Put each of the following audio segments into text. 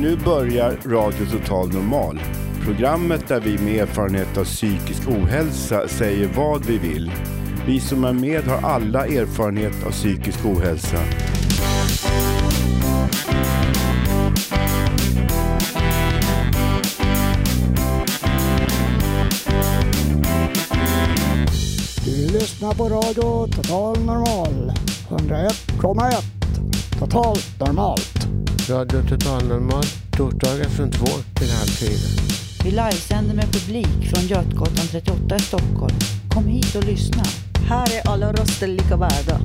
Nu börjar Radio Total Normal. Programmet där vi med erfarenhet av psykisk ohälsa säger vad vi vill. Vi som är med har alla erfarenhet av psykisk ohälsa. Du lyssnar på Radio Total Normal. 101,1. Totalt normalt. Radio Total Normal. Torsdagar från 2 till halv 4. Vi livesänder med publik från Götgatan 38 i Stockholm. Kom hit och lyssna. Här är alla röster lika värda.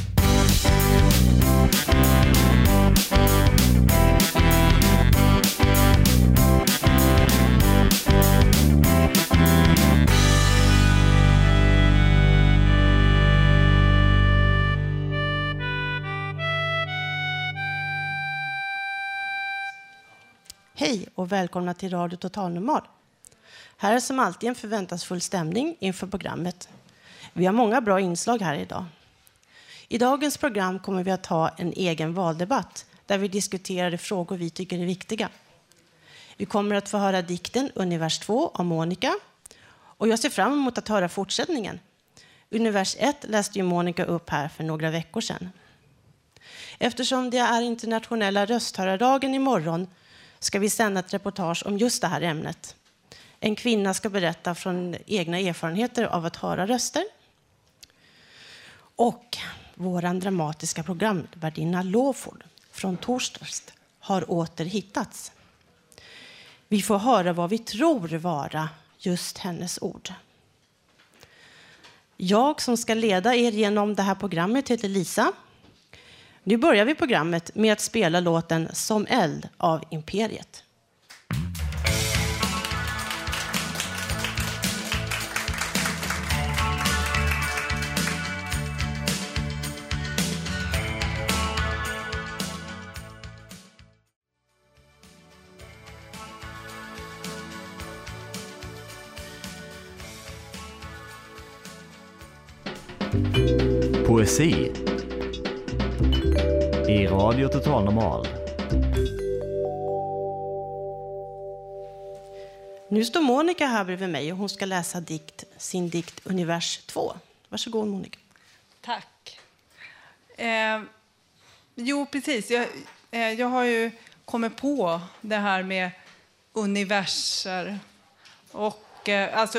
Hej och välkomna till Radio Total Normal. Här är som alltid en förväntansfull stämning inför programmet. Vi har många bra inslag här idag. I dagens program kommer vi att ha en egen valdebatt där vi diskuterar de frågor vi tycker är viktiga. Vi kommer att få höra dikten Univers 2 av Monica. Och jag ser fram emot att höra fortsättningen. Univers 1 läste ju Monica upp här för några veckor sedan. Eftersom det är internationella rösthörardagen imorgon ska vi sända ett reportage om just det här ämnet. En kvinna ska berätta från egna erfarenheter av att höra röster. Och våran dramatiska programvärdinna Lawford från torsdags har åter hittats. Vi får höra vad vi tror vara just hennes ord. Jag som ska leda er genom det här programmet heter Lisa. Nu börjar vi programmet med att spela låten Som eld av Imperiet. Poesi i Radio Total Normal. Nu står Monica här bredvid mig och hon ska läsa sin dikt Univers 2. Varsågod Monica. Tack. Jo, precis. Jag har ju kommit på det här med universer. Och alltså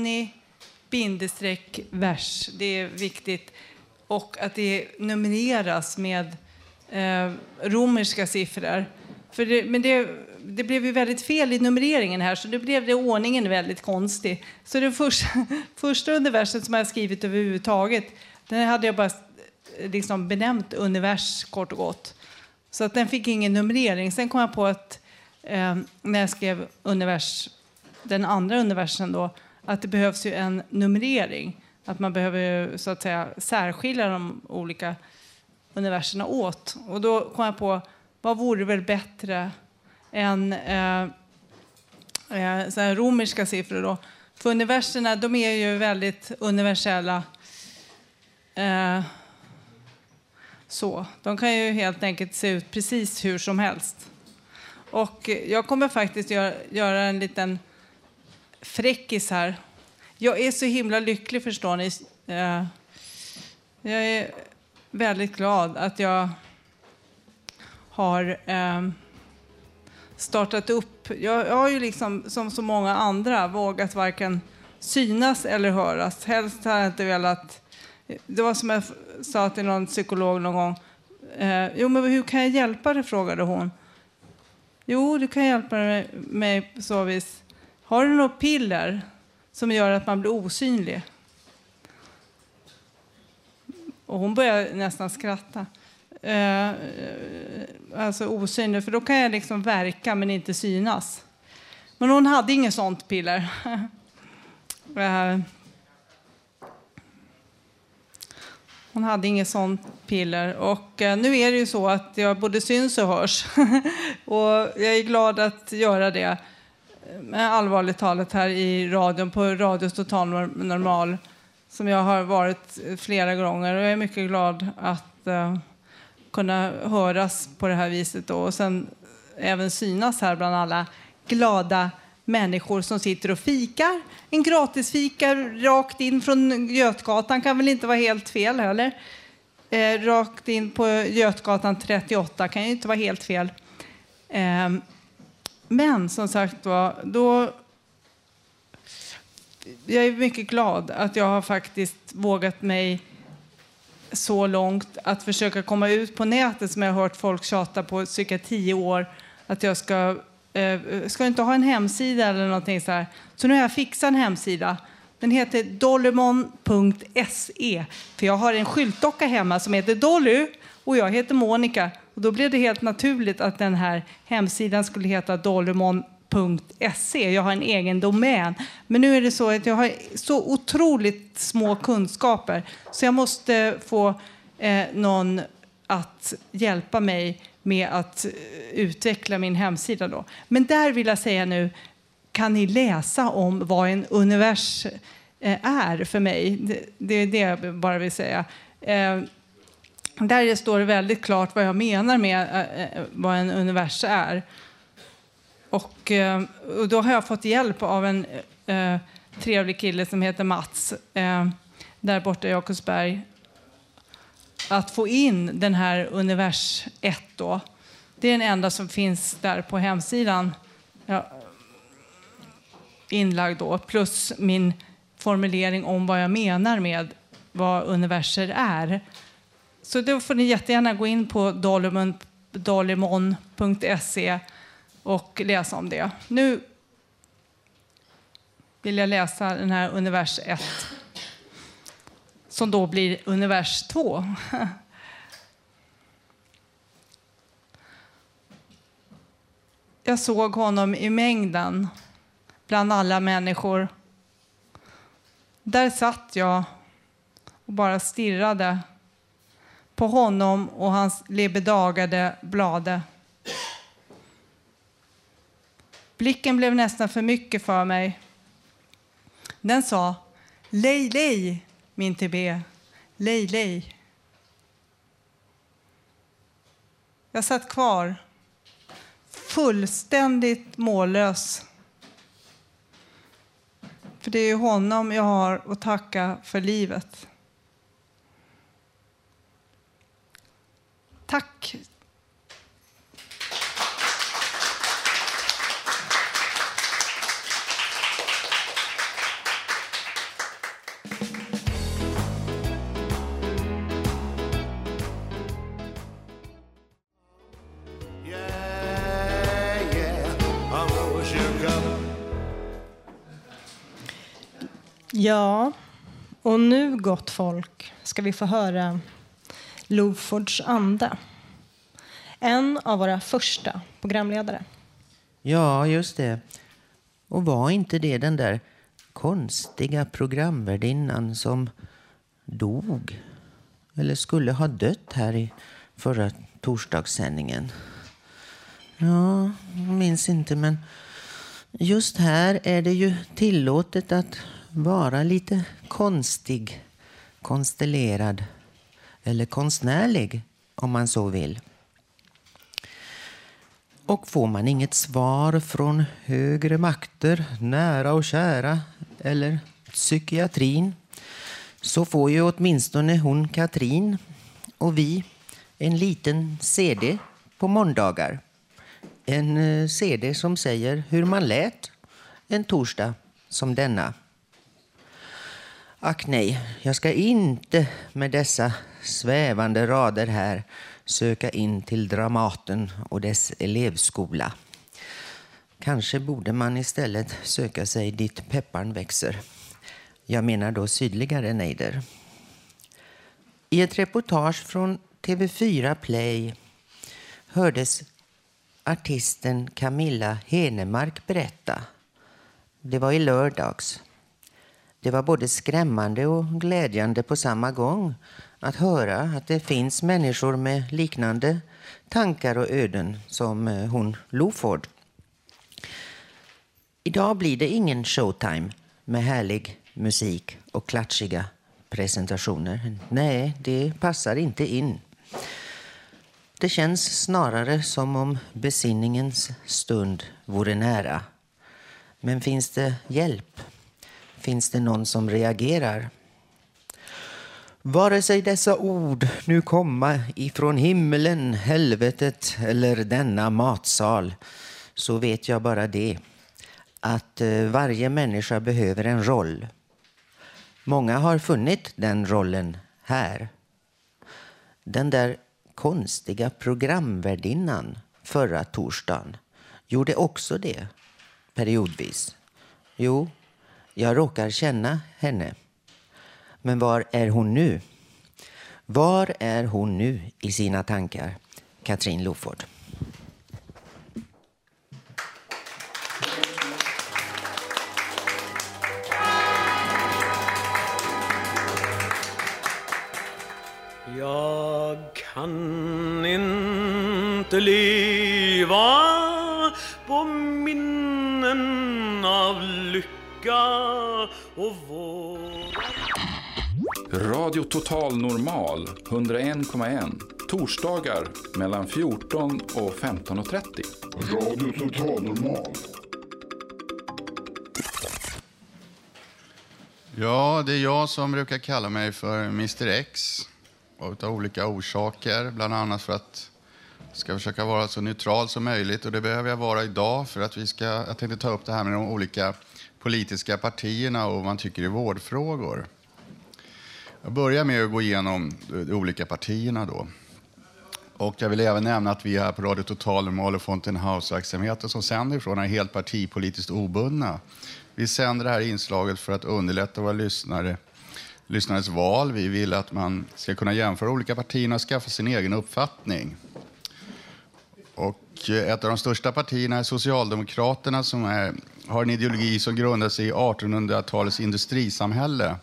uni-vers, det är viktigt. Och att det numreras med romerska siffror. Men det blev ju väldigt fel i numreringen här, så det blev ordningen väldigt konstig. Så det första universet som jag har skrivit överhuvudtaget, den hade jag bara liksom benämnt univers kort och gott. Så att den fick ingen numrering. Sen kom jag på att när jag skrev den andra universen då, att det behövs ju en numrering. Att man behöver så att säga särskilja de olika universerna åt. Och då kom jag på, vad vore väl bättre än så här romerska siffror då. För universerna, de är ju väldigt universella. Så, de kan ju helt enkelt se ut precis hur som helst. Och jag kommer faktiskt göra en liten fräckis här. Jag är så himla lycklig, förstår ni. Jag är väldigt glad att jag har startat upp. Jag har ju liksom, som så många andra, vågat varken synas eller höras. Helst har jag inte velat. Det var som jag sa till någon psykolog någon gång. Jo, men hur kan jag hjälpa dig, frågade hon. Jo, du kan hjälpa mig på så vis. Har du något piller som gör att man blir osynlig? Och hon började nästan skratta. Alltså osynlig, för då kan jag liksom verka men inte synas. Men hon hade inget sånt piller. Hon hade inget sånt piller. Och nu är det ju så att jag både syns och hörs. Och jag är glad att göra det. Allvarligt talat här i radion, på Radio Total Normal, som jag har varit flera gånger. Och jag är mycket glad att kunna höras på det här viset då. Och sen även synas här bland alla glada människor som sitter och fikar. En gratisfika rakt in från Götgatan kan väl inte vara helt fel heller. Rakt in på Götgatan 38 kan ju inte vara helt fel. Men som sagt då jag är mycket glad att jag har faktiskt vågat mig så långt att försöka komma ut på nätet, som jag har hört folk tjata på cirka 10 år, att jag ska inte ha en hemsida eller någonting så här. Så nu har jag fixat en hemsida. Den heter dollemon.se, för jag har en skyltdocka hemma som heter Dolly och jag heter Monica. Och då blev det helt naturligt att den här hemsidan skulle heta dollemon.se. Jag har en egen domän. Men nu är det så att jag har så otroligt små kunskaper, så jag måste få någon att hjälpa mig med att utveckla min hemsida då. Men där vill jag säga nu, kan ni läsa om vad en univers är för mig? Det är det jag bara vill säga. Där står det väldigt klart vad jag menar med vad en univers är. Och då har jag fått hjälp av en trevlig kille som heter Mats där borta i Jakobsberg, att få in den här univers 1 då. Det är den enda som finns där på hemsidan. Ja, inlagd då, plus min formulering om vad jag menar med vad universer är. Så då får ni jättegärna gå in på dollemon.se och läsa om det. Nu vill jag läsa den här univers 1 som då blir univers 2. Jag såg honom i mängden bland alla människor. Där satt jag och bara stirrade på honom och hans lebedagade blade. Blicken blev nästan för mycket för mig. Den sa: lej, lej, min TB, lej, lej. Jag satt kvar, fullständigt mållös. För det är honom jag har att tacka för livet. Tack. Ja, och nu gott folk ska vi få höra Lofords ande. En av våra första programledare. Ja, just det. Och var inte det den där konstiga programvärdinnan som dog? Eller skulle ha dött här i förra torsdagssändningen? Ja, jag minns inte, men just här är det ju tillåtet att vara lite konstig, konstellerad eller konstnärlig om man så vill. Och får man inget svar från högre makter, nära och kära eller psykiatrin, så får ju åtminstone hon Katrin och vi en liten CD på måndagar. En CD som säger hur man lät en torsdag som denna. Ack nej, jag ska inte med dessa svävande rader här söka in till Dramaten och dess elevskola. Kanske borde man istället söka sig dit pepparn växer. Jag menar då sydligare nejder. I ett reportage från TV4 Play hördes artisten Camilla Henemark berätta. Det var i lördags. Det var både skrämmande och glädjande på samma gång att höra att det finns människor med liknande tankar och öden som hon Loford. Idag blir det ingen showtime med härlig musik och klatschiga presentationer. Nej, det passar inte in. Det känns snarare som om besinningens stund vore nära. Men finns det hjälp? Finns det någon som reagerar? Vare sig dessa ord nu komma ifrån himmelen, helvetet eller denna matsal, så vet jag bara det, att varje människa behöver en roll. Många har funnit den rollen här. Den där konstiga programvärdinnan förra torsdagen gjorde också det, periodvis. Jo, jag råkar känna henne. Men var är hon nu? Var är hon nu i sina tankar? Katrin Loford. Jag kan inte leva på minnen av lycka och vår. Radio Total Normal 101,1 torsdagar mellan 14 och 15:30. Radio Total Normal. Ja, det är jag som brukar kalla mig för Mr X. Av olika orsaker, bland annat för att jag ska försöka vara så neutral som möjligt. Och det behöver jag vara idag för att jag tänkte ta upp det här med de olika politiska partierna och vad man tycker i vårdfrågor. Jag börjar med att gå igenom de olika partierna då. Och jag vill även nämna att vi här på Radio Total Normal och Fountain House-verksamheten som sänder ifrån är helt partipolitiskt obundna. Vi sänder det här inslaget för att underlätta våra lyssnares val. Vi vill att man ska kunna jämföra olika partierna och skaffa sin egen uppfattning. Och ett av de största partierna är Socialdemokraterna som har en ideologi som grundar sig i 1800-talets industrisamhälle.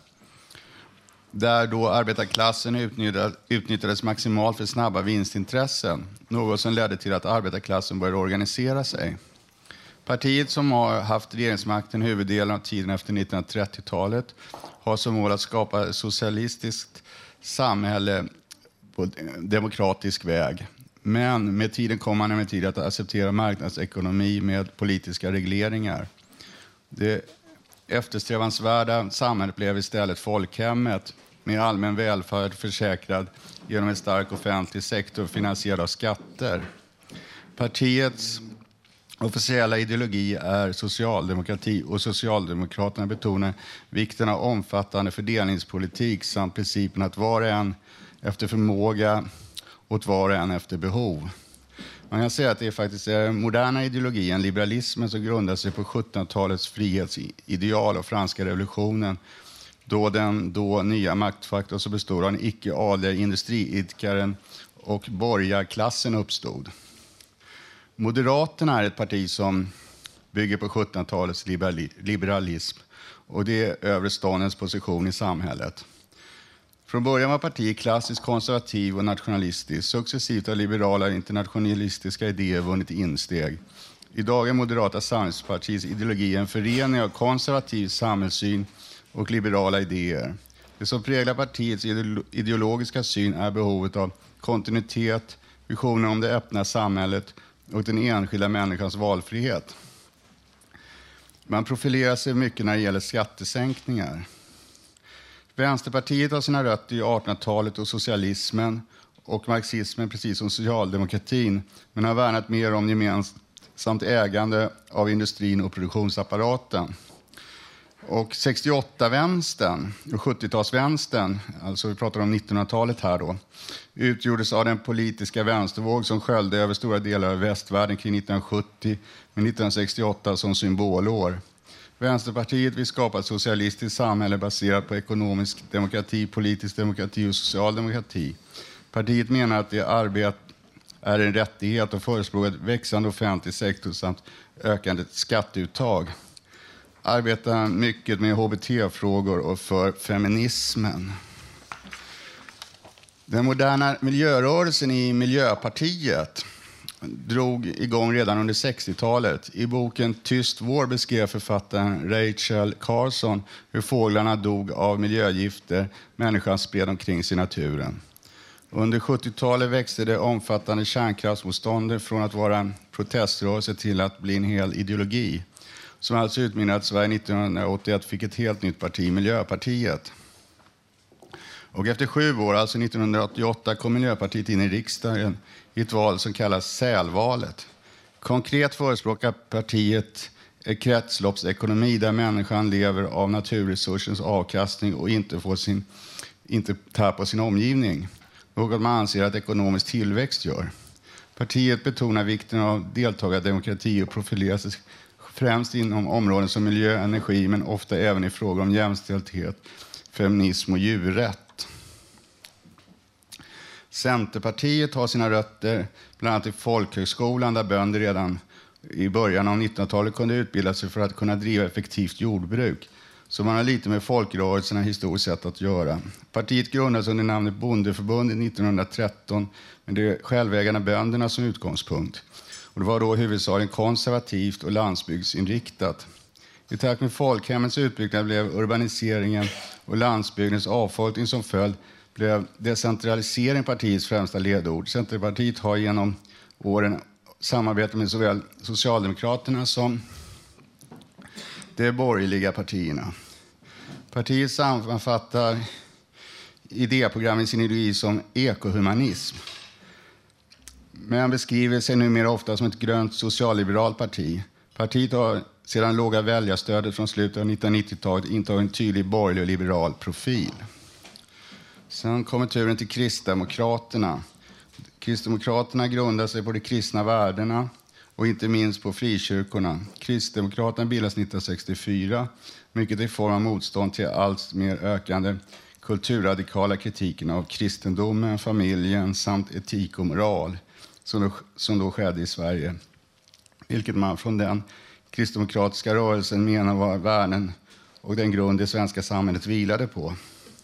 Där då arbetarklassen utnyttjades maximalt för snabba vinstintressen. Något som ledde till att arbetarklassen började organisera sig. Partiet som har haft regeringsmakten huvuddelen av tiden efter 1930-talet har som mål att skapa ett socialistiskt samhälle på demokratisk väg. Men med tiden kommer man emellertid att acceptera marknadsekonomi med politiska regleringar. Det eftersträvansvärda samhället blev istället folkhemmet med allmän välfärd försäkrad genom en stark offentlig sektor finansierad av skatter. Partiets officiella ideologi är socialdemokrati och Socialdemokraterna betonar vikten av omfattande fördelningspolitik samt principen att var och en efter förmåga åt var och en efter behov. Man kan säga att det är faktiskt den moderna ideologin, liberalismen, som grundar sig på 1700-talets frihetsideal och franska revolutionen, då den nya maktfaktorn som består av en icke-adliga industriidkaren och borgarklassen uppstod. Moderaterna är ett parti som bygger på 1700-talets liberalism och det är övre ståndens position i samhället. Från början var partiet klassiskt konservativ och nationalistiskt. Successivt har liberala internationalistiska idéer vunnit insteg. Idag är Moderata samlingspartiets ideologi en förening av konservativ samhällssyn och liberala idéer. Det som präglar partiets ideologiska syn är behovet av kontinuitet, visionen om det öppna samhället och den enskilda människans valfrihet. Man profilerar sig mycket när det gäller skattesänkningar. Vänsterpartiet har sina rötter i 1800-talet och socialismen och marxismen precis som socialdemokratin, men har värnat mer om gemensamt ägande av industrin och produktionsapparaten. Och 68-vänstern och 70-talsvänstern, alltså vi pratar om 1900-talet här då, utgjordes av den politiska vänstervåg som sköljde över stora delar av västvärlden kring 1970 med 1968 som symbolår. Vänsterpartiet vill skapa ett socialistiskt samhälle baserat på ekonomisk demokrati, politisk demokrati och social demokrati. Partiet menar att det arbete är en rättighet och förespråkar ett växande offentlig sektor samt ökande skatteuttag. Arbetar mycket med HBT-frågor och för feminismen. Den moderna miljörörelsen i Miljöpartiet drog igång redan under 60-talet. I boken Tyst vår beskrev författaren Rachel Carson hur fåglarna dog av miljögifter människan spred omkring sig i naturen. Under 70-talet växte det omfattande kärnkraftsmotståndet från att vara en proteströrelse till att bli en hel ideologi, som alltså utmynnade att Sverige 1981 fick ett helt nytt parti, Miljöpartiet. Och efter 7 år, alltså 1988, kom Miljöpartiet in i riksdagen i ett val som kallas Sälvalet. Konkret förespråkar partiet en kretsloppsekonomi där människan lever av naturresursens avkastning och inte tar på sin omgivning. Något man anser att ekonomisk tillväxt gör. Partiet betonar vikten av deltagardemokrati och profilerar sig främst inom områden som miljö, energi, men ofta även i fråga om jämställdhet, feminism och djurrätt. Centerpartiet har sina rötter bland annat i folkhögskolan där bönder redan i början av 1900-talet kunde utbilda sig för att kunna driva effektivt jordbruk. Så man har lite med folkrörelserna historiskt sett att göra. Partiet grundades under namnet Bondeförbundet 1913 med de självägande bönderna som utgångspunkt. Och det var då huvudsakligen konservativt och landsbygdsinriktat. I takt med folkhemmets utbyggnad blev urbaniseringen och landsbygdens avfolkning som följd blev decentralisering partiets främsta ledord. Centerpartiet har genom åren samarbetat med såväl Socialdemokraterna som de borgerliga partierna. Partiet sammanfattar idéprogram i sin ideologi som ekohumanism, men beskriver sig numera ofta som ett grönt socialliberalt parti. Partiet har sedan låga väljarstödet från slutet av 1990-talet intagit en tydlig borgerlig och liberal profil. Sen kommer turen till Kristdemokraterna. Kristdemokraterna grundar sig på de kristna värdena och inte minst på frikyrkorna. Kristdemokraterna bildas 1964, mycket i form av motstånd till allt mer ökande kulturradikala kritiken av kristendomen, familjen samt etik och moral som då skedde i Sverige. Vilket man från den kristdemokratiska rörelsen menar var värden och den grund det svenska samhället vilade på.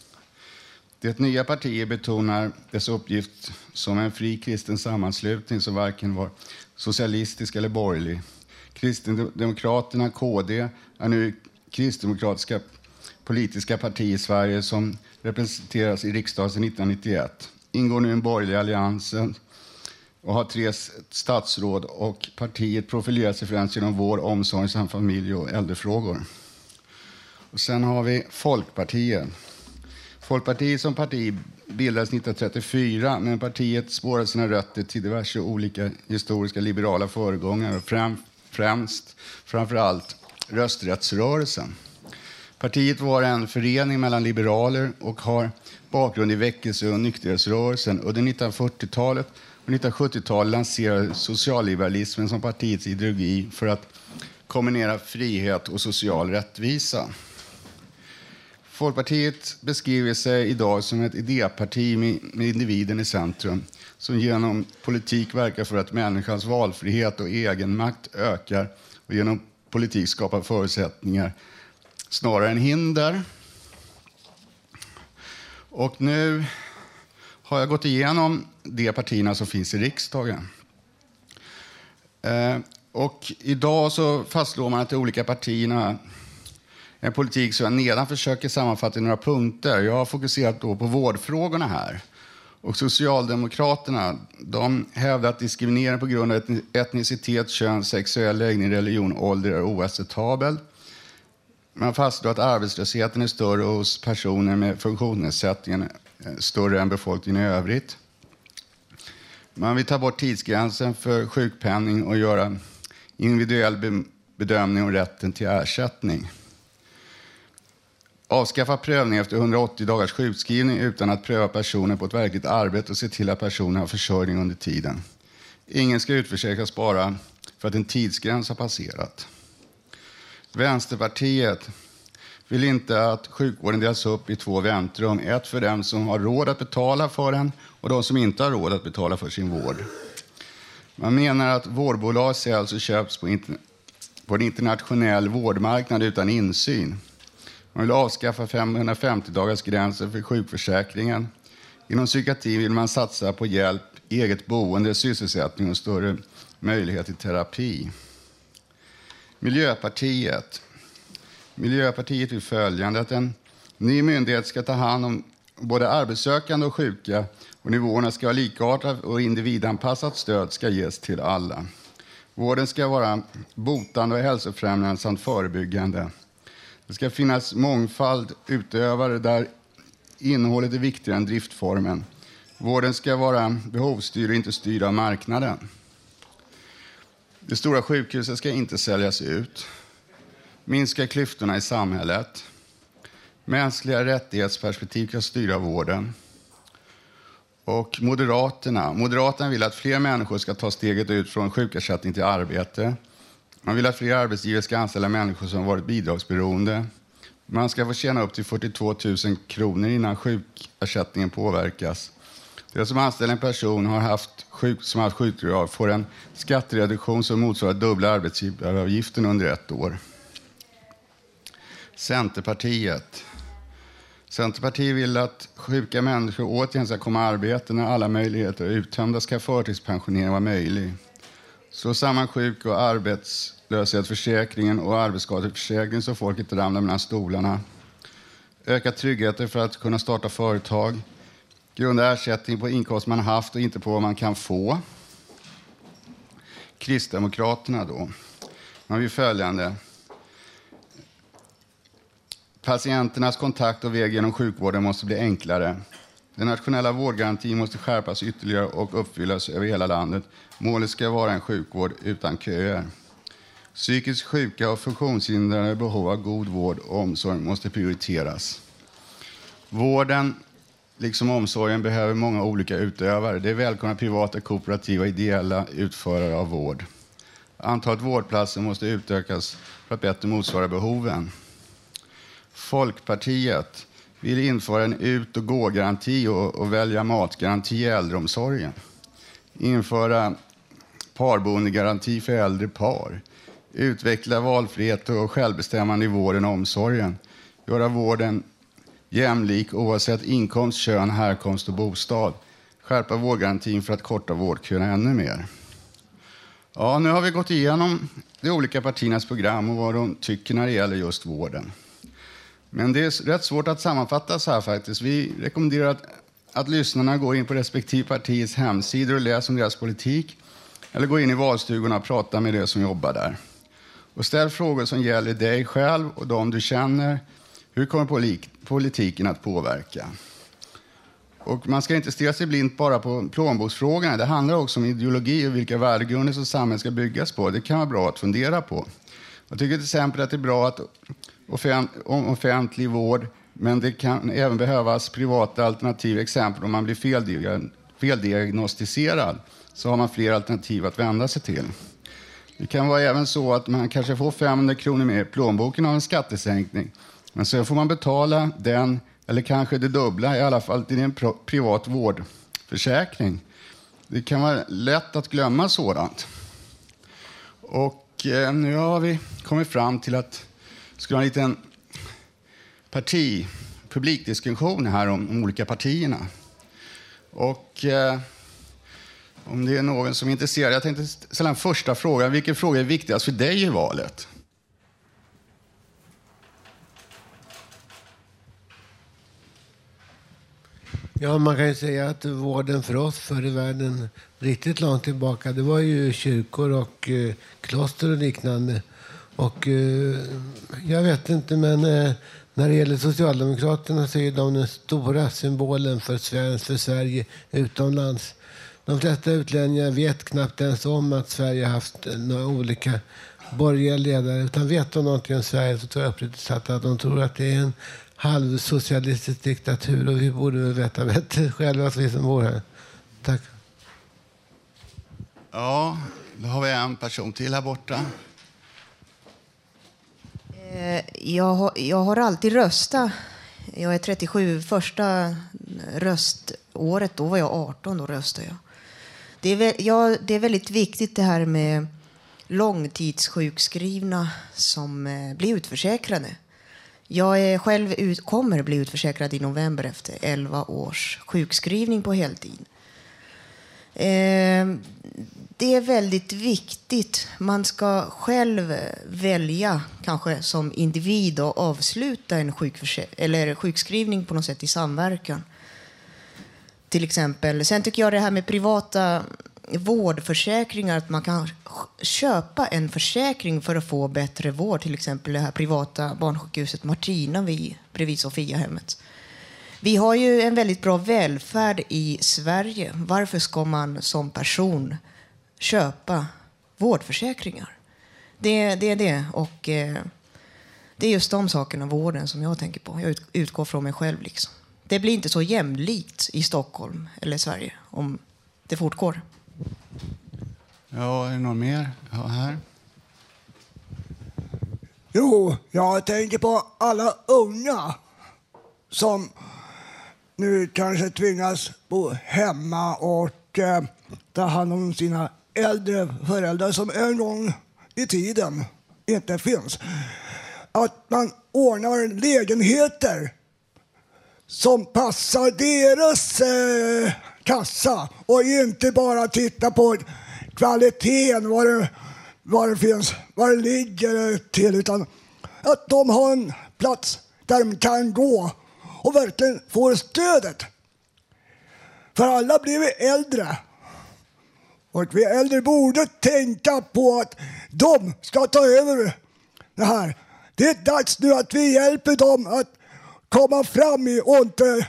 Det nya partiet betonar dess uppgift som en fri kristen sammanslutning som varken var socialistisk eller borgerlig. Kristdemokraterna, KD, är nu kristdemokratiska politiska parti i Sverige som representeras i riksdagen sedan 1991. Ingår nu en borgerlig alliansen och har 3 statsråd, och partiet profilerar sig främst genom vår omsorg samt familj- och äldrefrågor. Och sen har vi Folkpartiet. Folkpartiet som parti bildades 1934, men partiet spårar sina rötter till diverse olika historiska liberala föregångare och framförallt rösträttsrörelsen. Partiet var en förening mellan liberaler och har bakgrund i väckelse- och nykterhetsrörelsen. Under 1940-talet och 1970-talet lanserade socialliberalismen som partiets ideologi för att kombinera frihet och social rättvisa. Folkpartiet beskriver sig idag som ett idéparti med individen i centrum som genom politik verkar för att människans valfrihet och egenmakt ökar och genom politik skapar förutsättningar snarare än hinder. Och nu har jag gått igenom de partierna som finns i riksdagen. Och idag så fastslår man att de olika partierna en politik som jag nedan försöker sammanfatta i några punkter. Jag har fokuserat då på vårdfrågorna här. Och Socialdemokraterna, de hävdar att diskriminering på grund av etnicitet, kön, sexuell läggning, religion, ålder är oacceptabel. Man fastslår att arbetslösheten är större hos personer med funktionsnedsättningen, större än befolkningen i övrigt. Man vill ta bort tidsgränsen för sjukpenning och göra individuell bedömning om rätten till ersättning. Avskaffa prövning efter 180 dagars sjukskrivning utan att pröva personen på ett verkligt arbete och se till att personen har försörjning under tiden. Ingen ska utförsäkras bara för att en tidsgräns har passerat. Vänsterpartiet vill inte att sjukvården delas upp i 2 väntrum. Ett för dem som har råd att betala för den och de som inte har råd att betala för sin vård. Man menar att vårdbolag säljs och köps på en internationell vårdmarknad utan insyn. Man vill avskaffa 550 dagars gränser för sjukförsäkringen. Inom psykiatri vill man satsa på hjälp, eget boende, sysselsättning och större möjlighet till terapi. Miljöpartiet vill följande: att en ny myndighet ska ta hand både arbetssökande och sjuka, och nivåerna ska vara likartade och individanpassat stöd ska ges till alla. Vården ska vara botande och hälsofrämjande samt förebyggande. Det ska finnas mångfald utövare där innehållet är viktigare än driftformen. Vården ska vara behovsstyrd och inte styrd av marknaden. Det stora sjukhuset ska inte säljas ut. Minska klyftorna i samhället. Mänskliga rättighetsperspektiv ska styra vården. Och Moderaterna vill att fler människor ska ta steget ut från sjukersättning till arbete. Man vill att fler arbetsgivare ska anställa människor som varit bidragsberoende. Man ska få tjäna upp till 42 000 kronor innan sjukersättningen påverkas. Den som anställer en person som har haft sjukbidrag får en skattereduktion som motsvarar dubbla arbetsgivaravgiften under ett år. Centerpartiet vill att sjuka människor återigen ska komma i arbete när alla möjligheter är uttömda ska förtidspensionering vara möjlig. Slå samman sjuk- och arbetslöshetsförsäkringen och arbetsskadeförsäkringen så folk inte ramlar mellan stolarna. Öka tryggheten för att kunna starta företag. Grunda ersättning på inkomst man haft och inte på vad man kan få. Kristdemokraterna då. Man vill följande. Patienternas kontakt och väg genom sjukvården måste bli enklare. Den nationella vårdgarantin måste skärpas ytterligare och uppfyllas över hela landet. Målet ska vara en sjukvård utan köer. Psykiskt sjuka och funktionshindrade behov av god vård och omsorg måste prioriteras. Vården, liksom omsorgen, behöver många olika utövare. Det är välkomna privata, kooperativa och ideella utförare av vård. Antalet vårdplatser måste utökas för att bättre motsvara behoven. Folkpartiet vill införa en ut- och gå-garanti och välja matgaranti i äldreomsorgen. Införa parboendegaranti för äldre par. Utveckla valfrihet och självbestämmande i vården och omsorgen. Göra vården jämlik oavsett inkomst, kön, härkomst och bostad. Skärpa vårdgarantin för att korta vårdköerna ännu mer. Ja, nu har vi gått igenom de olika partiernas program och vad de tycker när det gäller just vården. Men det är rätt svårt att sammanfatta så här faktiskt. Vi rekommenderar att lyssnarna går in på respektive partiets hemsidor och läser om deras politik. Eller går in i valstugorna och pratar med de som jobbar där. Och ställ frågor som gäller dig själv och de du känner. Hur kommer politiken att påverka? Och man ska inte stirra sig blint bara på plånboksfrågorna. Det handlar också om ideologi och vilka värdegrunder som samhället ska byggas på. Det kan vara bra att fundera på. Jag tycker till exempel att det är bra att offentlig vård, men det kan även behövas privata alternativ. Exempel om man blir feldiagnostiserad så har man fler alternativ att vända sig till. Det kan vara även så att man kanske får 500 kronor mer i plånboken av en skattesänkning. Men så får man betala den, eller kanske det dubbla, i alla fall till en privat vårdförsäkring. Det kan vara lätt att glömma sådant. Och nu har vi kommit fram till att vi ska ha en liten publikdiskussion här om olika partierna. Och om det är någon som är intresserad, jag tänkte ställa en första fråga. Vilken fråga är viktigast för dig i valet? Ja, man kan ju säga att vården för oss förr i världen riktigt långt tillbaka, det var ju kyrkor och kloster och liknande. Och jag vet inte, men när det gäller Socialdemokraterna så är de den stora symbolen för Sverige utomlands. De flesta utlänningar vet knappt ens om att Sverige har haft några olika borgerliga ledare. Utan vet de någonting om Sverige så tror jag uppriktigt sagt att de tror att det är en halvsocialistisk diktatur, och vi borde väl veta bättre själva, vi som bor här. Tack. Ja, då har vi en person till här borta. Jag har alltid röstat. Jag är 37. Första röståret, då var jag 18, då röstade jag. Det är väldigt viktigt det här med långtidssjukskrivna som blir utförsäkrade. Jag är själv kommer bli utförsäkrad i november efter 11 års sjukskrivning på heltid. Det är väldigt viktigt. Man ska själv välja, kanske som individ, och avsluta en sjukskrivning på något sätt i samverkan. till exempel. Sen tycker jag det här med privata vårdförsäkringar, att man kan köpa en försäkring för att få bättre vård. Till exempel det här privata barnsjukhuset Martina bredvid Sofiahemmet. Vi har ju en väldigt bra välfärd i Sverige. Varför ska man som person köpa vårdförsäkringar? Det är det. Och det är just de sakerna, vården, som jag tänker på. Jag utgår från mig själv liksom. Det blir inte så jämlikt i Stockholm eller Sverige om det fortgår. Ja, är det någon mer? Ja, här. Jo, jag tänker på alla unga som nu kanske tvingas bo hemma och ta hand om sina äldre föräldrar som en gång i tiden inte finns. Att man ordnar lägenheter som passar deras kassa och inte bara titta på kvaliteten, var det finns, var det ligger till, utan att de har en plats där de kan gå och verkligen får stödet. För alla blir vi äldre. Och vi äldre borde tänka på att de ska ta över det här. Det är dags nu att vi hjälper dem att komma fram i och inte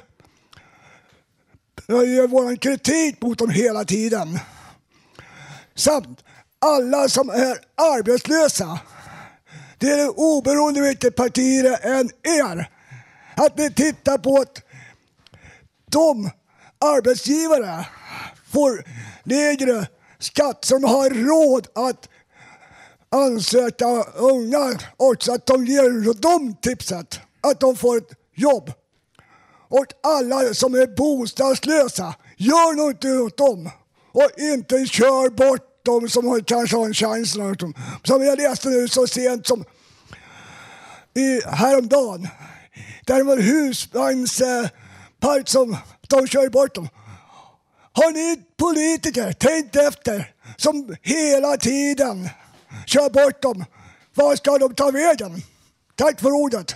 ge vår kritik mot dem hela tiden. Samt alla som är arbetslösa. Det är oberoende vilket parti det än är. Att ni tittar på att de arbetsgivare får lägre skatt som har råd att ansöka unga också, att de ger dem tipset att de får ett jobb. Och alla som är bostadslösa, gör något åt dem och inte kör bort dem som kanske har en chans. Som jag läste nu så sent som häromdagen, där det var husvagnspark som de kör bort dem. Har ni politiker tänkt efter som hela tiden kör bort dem? Var ska de ta vägen? Tack för ordet.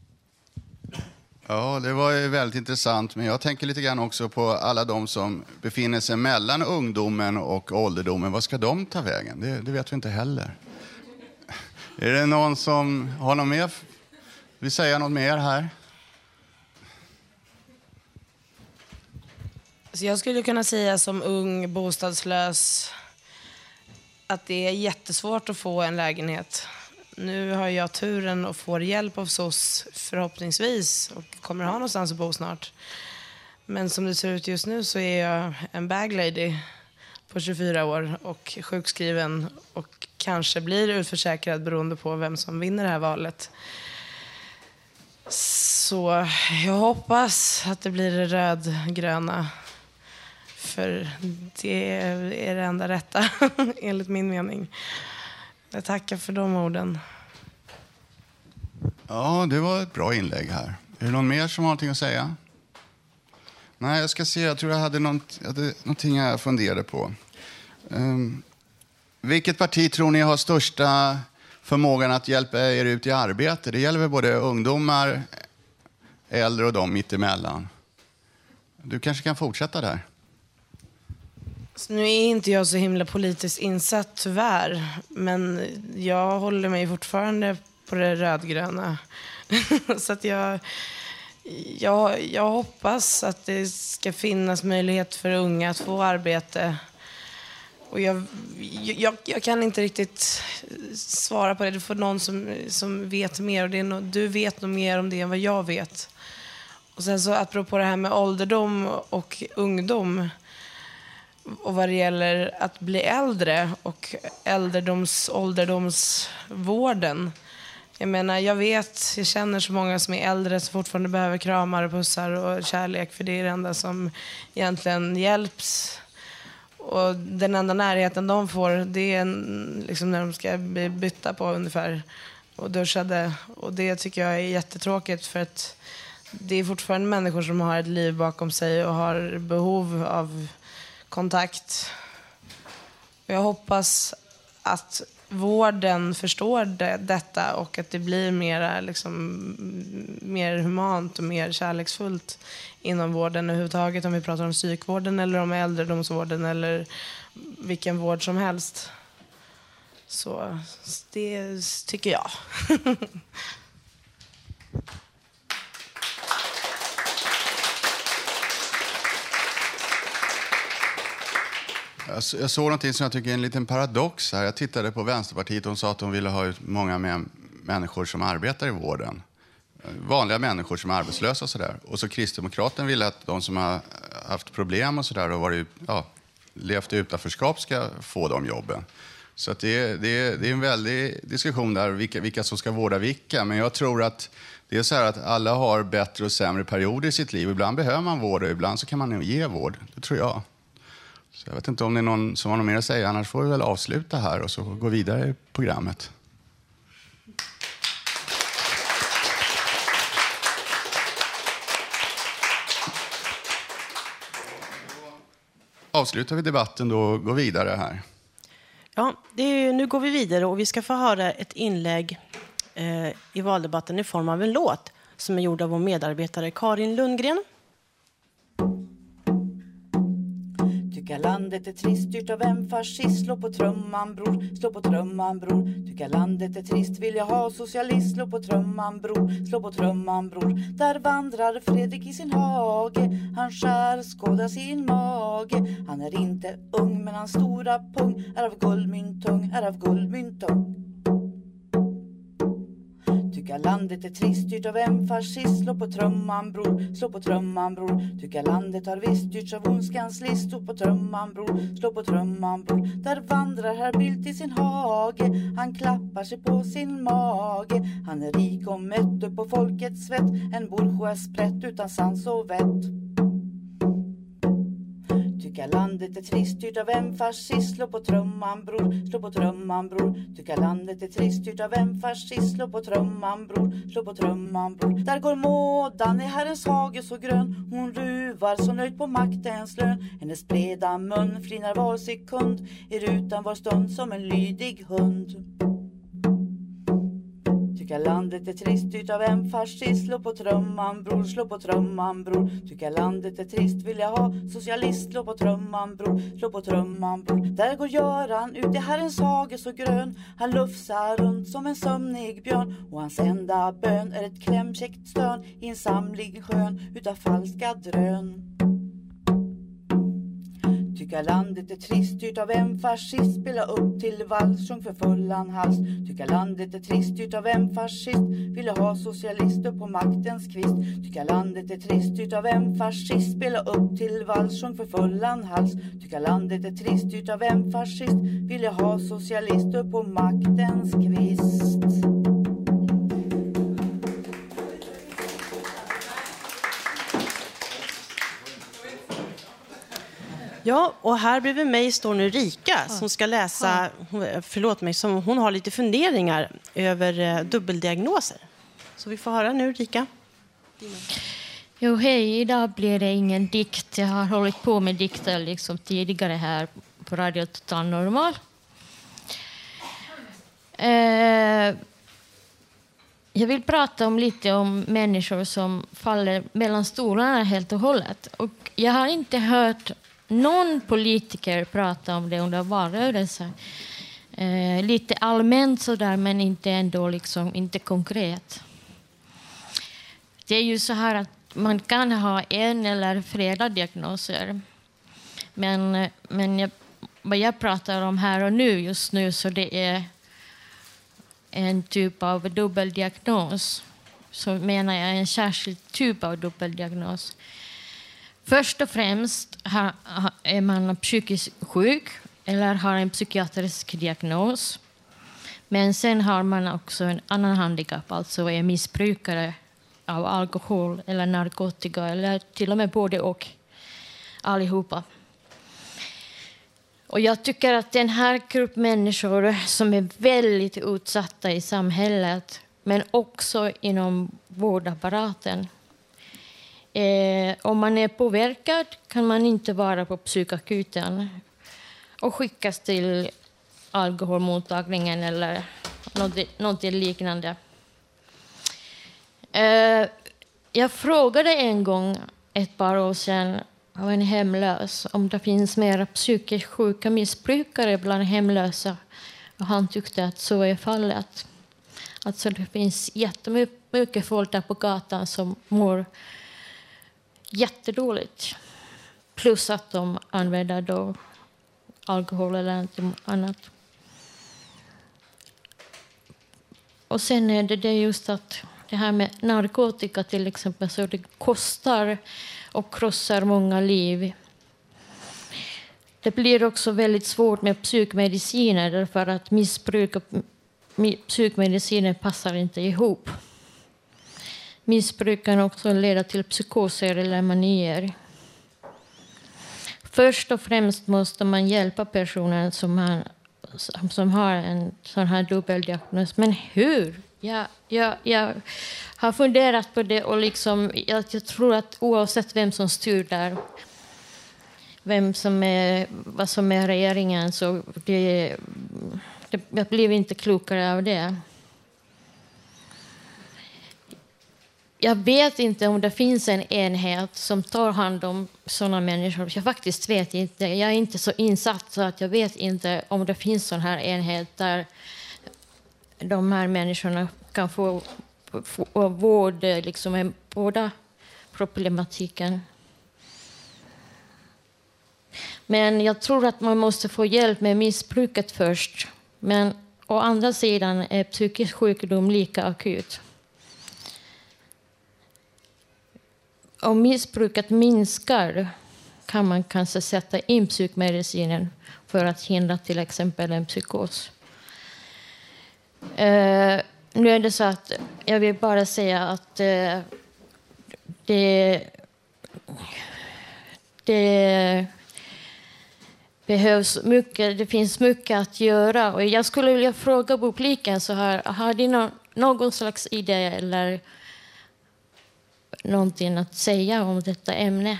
Ja, det var ju väldigt intressant, men jag tänker lite grann också på alla de som befinner sig mellan ungdomen och ålderdomen. Vad ska de ta vägen? Det vet vi inte heller. Är det någon som har något mer? Vill säga något mer här? Så jag skulle kunna säga som ung bostadslös att det är jättesvårt att få en lägenhet. Nu har jag turen och får hjälp av SOS förhoppningsvis och kommer ha någonstans att bo snart. Men som det ser ut just nu så är jag en baglady på 24 år och sjukskriven och kanske blir utförsäkrad beroende på vem som vinner det här valet. Så jag hoppas att det blir det rödgröna. För det är det enda rätta, enligt min mening. Jag tackar för de orden. Ja, det var ett bra inlägg här. Är det någon mer som har någonting att säga? Nej, jag ska se. Jag tror jag hade någonting jag funderade på. Vilket parti tror ni har största förmågan att hjälpa er ut i arbete? Det gäller väl både ungdomar, äldre och de mittemellan. Du kanske kan fortsätta där. Så nu är inte jag så himla politiskt insatt tyvärr, men jag håller mig fortfarande på det rödgröna. Så att jag hoppas att det ska finnas möjlighet för unga att få arbete. Och jag kan inte riktigt svara på det. Det får någon som vet mer, och du vet nog mer om det än vad jag vet. Och sen så apropå det här med ålderdom och ungdom, och vad det gäller att bli äldre och ålderdomsvården. Jag menar, jag känner så många som är äldre som fortfarande behöver kramar och pussar och kärlek, för det är det enda som egentligen hjälps. Och den enda närheten de får, det är liksom när de ska bli bytta på ungefär och duschade. Och det tycker jag är jättetråkigt, för att det är fortfarande människor som har ett liv bakom sig och har behov av kontakt. Jag hoppas att vården förstår detta och att det blir mer humant och mer kärleksfullt inom vården överhuvudtaget, om vi pratar om psykvården eller om äldredomsvården eller vilken vård som helst. Så det tycker jag. Jag såg någonting som jag tycker är en liten paradox här. Jag tittade på Vänsterpartiet och de sa att de ville ha ut många mer människor som arbetar i vården. Vanliga människor som är arbetslösa och sådär. Och så Kristdemokraterna ville att de som har haft problem och sådär och levt i utanförskap ska få de jobben. Så att det är en väldig diskussion där vilka som ska vårda vilka. Men jag tror att det är så här att alla har bättre och sämre perioder i sitt liv. Ibland behöver man vård och ibland så kan man ge vård. Det tror jag. Så jag vet inte om det är någon som har något mer att säga. Annars får vi väl avsluta här och så gå vidare i programmet. Avslutar vi debatten då och går vidare här. Ja, nu går vi vidare och vi ska få höra ett inlägg i valdebatten i form av en låt som är gjord av vår medarbetare Karin Lundgren. Tycka landet är trist, styrt av en fascist. Slå på trumman bror, slå på trumman bror. Tycka landet är trist, vill jag ha socialist. Slå på trumman bror, slå på trumman bror. Där vandrar Fredrik i sin hage. Han skär, skådar sin mage. Han är inte ung men hans stora pung är av guldmynt tung, är av guldmynt tung. Tycka landet är trist, styrt av en fascist. Slå på trumman bror, slå på trumman bror. Tycka landet har visst styrts av ondskans list. Slå på trumman bror, slå på trumman bror. Där vandrar herr Bildt i sin hage. Han klappar sig på sin mage. Han är rik och mätt upp på folkets svett. En bourgeois prätt utan sans och vett. Tycka landet är trist, styrt av en fascist. Slå på trumman bror, slå på trumman bror. Tycka landet är trist, styrt av en fascist. Slå på trumman bror, slå på trumman bror. Där går mådan i Herrens hage så grön. Hon ruvar så nöjd på maktens lön. Hennes breda mun flinar var sekund. I rutan var stund som en lydig hund. Tycka landet är trist, styrt av en fascist. Slå på trumman bror, slå på trumman bror. Tycka landet är trist, vill jag ha socialist. Slå på trumman bror, slå på trumman bror. Där går Göran ut i Herrens hage så grön. Han lufsar runt som en sömnig björn. Och hans enda bön är ett klämkäckt stön i en samling skön utav falska drön. Tycka landet är trist, styrt av en fascist. Spela upp till vals, sjung för fullan hals. Tycka landet är trist, styrt av en fascist. Ville ha socialist upp på maktens kvist. Tycka landet är trist, styrt av en fascist. Spela upp till vals, sjung för fullan hals. Tycka landet är trist, styrt av en fascist. Ville ha socialist upp på maktens kvist. Ja, och här bredvid mig står nu Rika som ska läsa, som hon har lite funderingar över dubbeldiagnoser. Så vi får höra nu, Rika. Jo, hej. Idag blir det ingen dikt. Jag har hållit på med dikter liksom tidigare här på Radio Total Normal. Jag vill prata lite om människor som faller mellan stolarna helt och hållet. Och jag har inte hört någon politiker prata om det under valrörelsen. Lite allmänt sådär, men inte ändå liksom, inte konkret. Det är ju så här att man kan ha en eller flera diagnoser. Men vad jag pratar om här och nu just nu, så det är en typ av dubbeldiagnos. Så menar jag en särskild typ av dubbeldiagnos. Först och främst är man psykiskt sjuk eller har en psykiatrisk diagnos. Men sen har man också en annan handikapp, alltså är missbrukare av alkohol eller narkotika eller till och med både och allihopa. Och jag tycker att den här grupp människor som är väldigt utsatta i samhället, men också inom vårdapparaten. Om man är påverkad kan man inte vara på psykakuten och skickas till alkoholmottagningen eller något liknande. Jag frågade en gång ett par år sedan av en hemlös om det finns mer psykiskt sjuka missbrukare bland hemlösa. Och han tyckte att så är fallet. Alltså det finns jättemycket folk där på gatan som mår jättedåligt. Plus att de använder då alkohol eller något annat. Och sen är det just att det här med narkotika till exempel, så det kostar och krossar många liv. Det blir också väldigt svårt med psykmediciner därför att missbruk och psykmediciner passar inte ihop. Missbruk kan också leda till psykoser eller manier. Först och främst måste man hjälpa personen som har en sån här dubbeldiagnos. Men hur? Jag har funderat på det och liksom, jag tror att oavsett vem som styr där, vad som är regeringen, så jag blev inte klokare av det. Jag vet inte om det finns en enhet som tar hand om sådana människor. Jag faktiskt vet inte. Jag är inte så insatt så att jag vet inte om det finns sån här enhet där de här människorna kan få vård liksom med båda problematiken. Men jag tror att man måste få hjälp med missbruket först. Men å andra sidan är psykisk sjukdom lika akut. Om missbruket minskar kan man kanske sätta in psykmedicinen för att hindra till exempel en psykos. Nu är det så att jag vill bara säga att det behövs mycket, det finns mycket att göra. Och jag skulle vilja fråga publiken så här, har ni någon slags idé eller någonting att säga om detta ämne?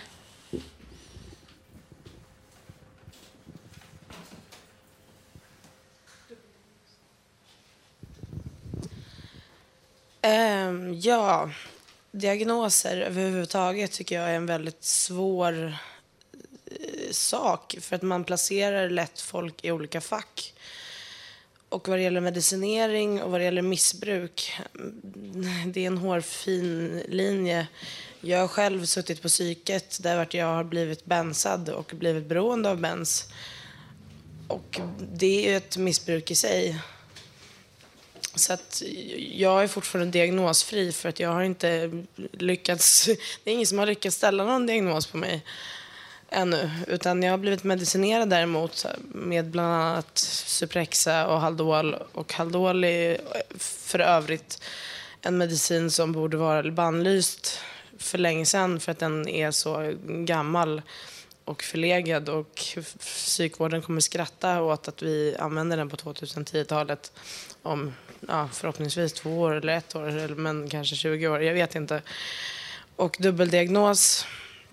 Ja, diagnoser överhuvudtaget tycker jag är en väldigt svår sak, för att man placerar lätt folk i olika fack. Och vad det gäller medicinering och vad det gäller missbruk, det är en hårfin linje. Jag har själv suttit på psyket där jag har blivit bensad och blivit beroende av bens. Och det är ju ett missbruk i sig. Så att jag är fortfarande diagnosfri, för att jag har inte lyckats. Det är ingen som har lyckats ställa någon diagnos på mig ännu, utan jag har blivit medicinerad däremot med bland annat Suprexa och Haldol. Och Haldol är för övrigt en medicin som borde vara bannlyst för länge sedan, för att den är så gammal och förlegad, och psykvården kommer skratta åt att vi använder den på 2010-talet om förhoppningsvis 2 år eller 1 år, men kanske 20 år, jag vet inte. Och dubbeldiagnos,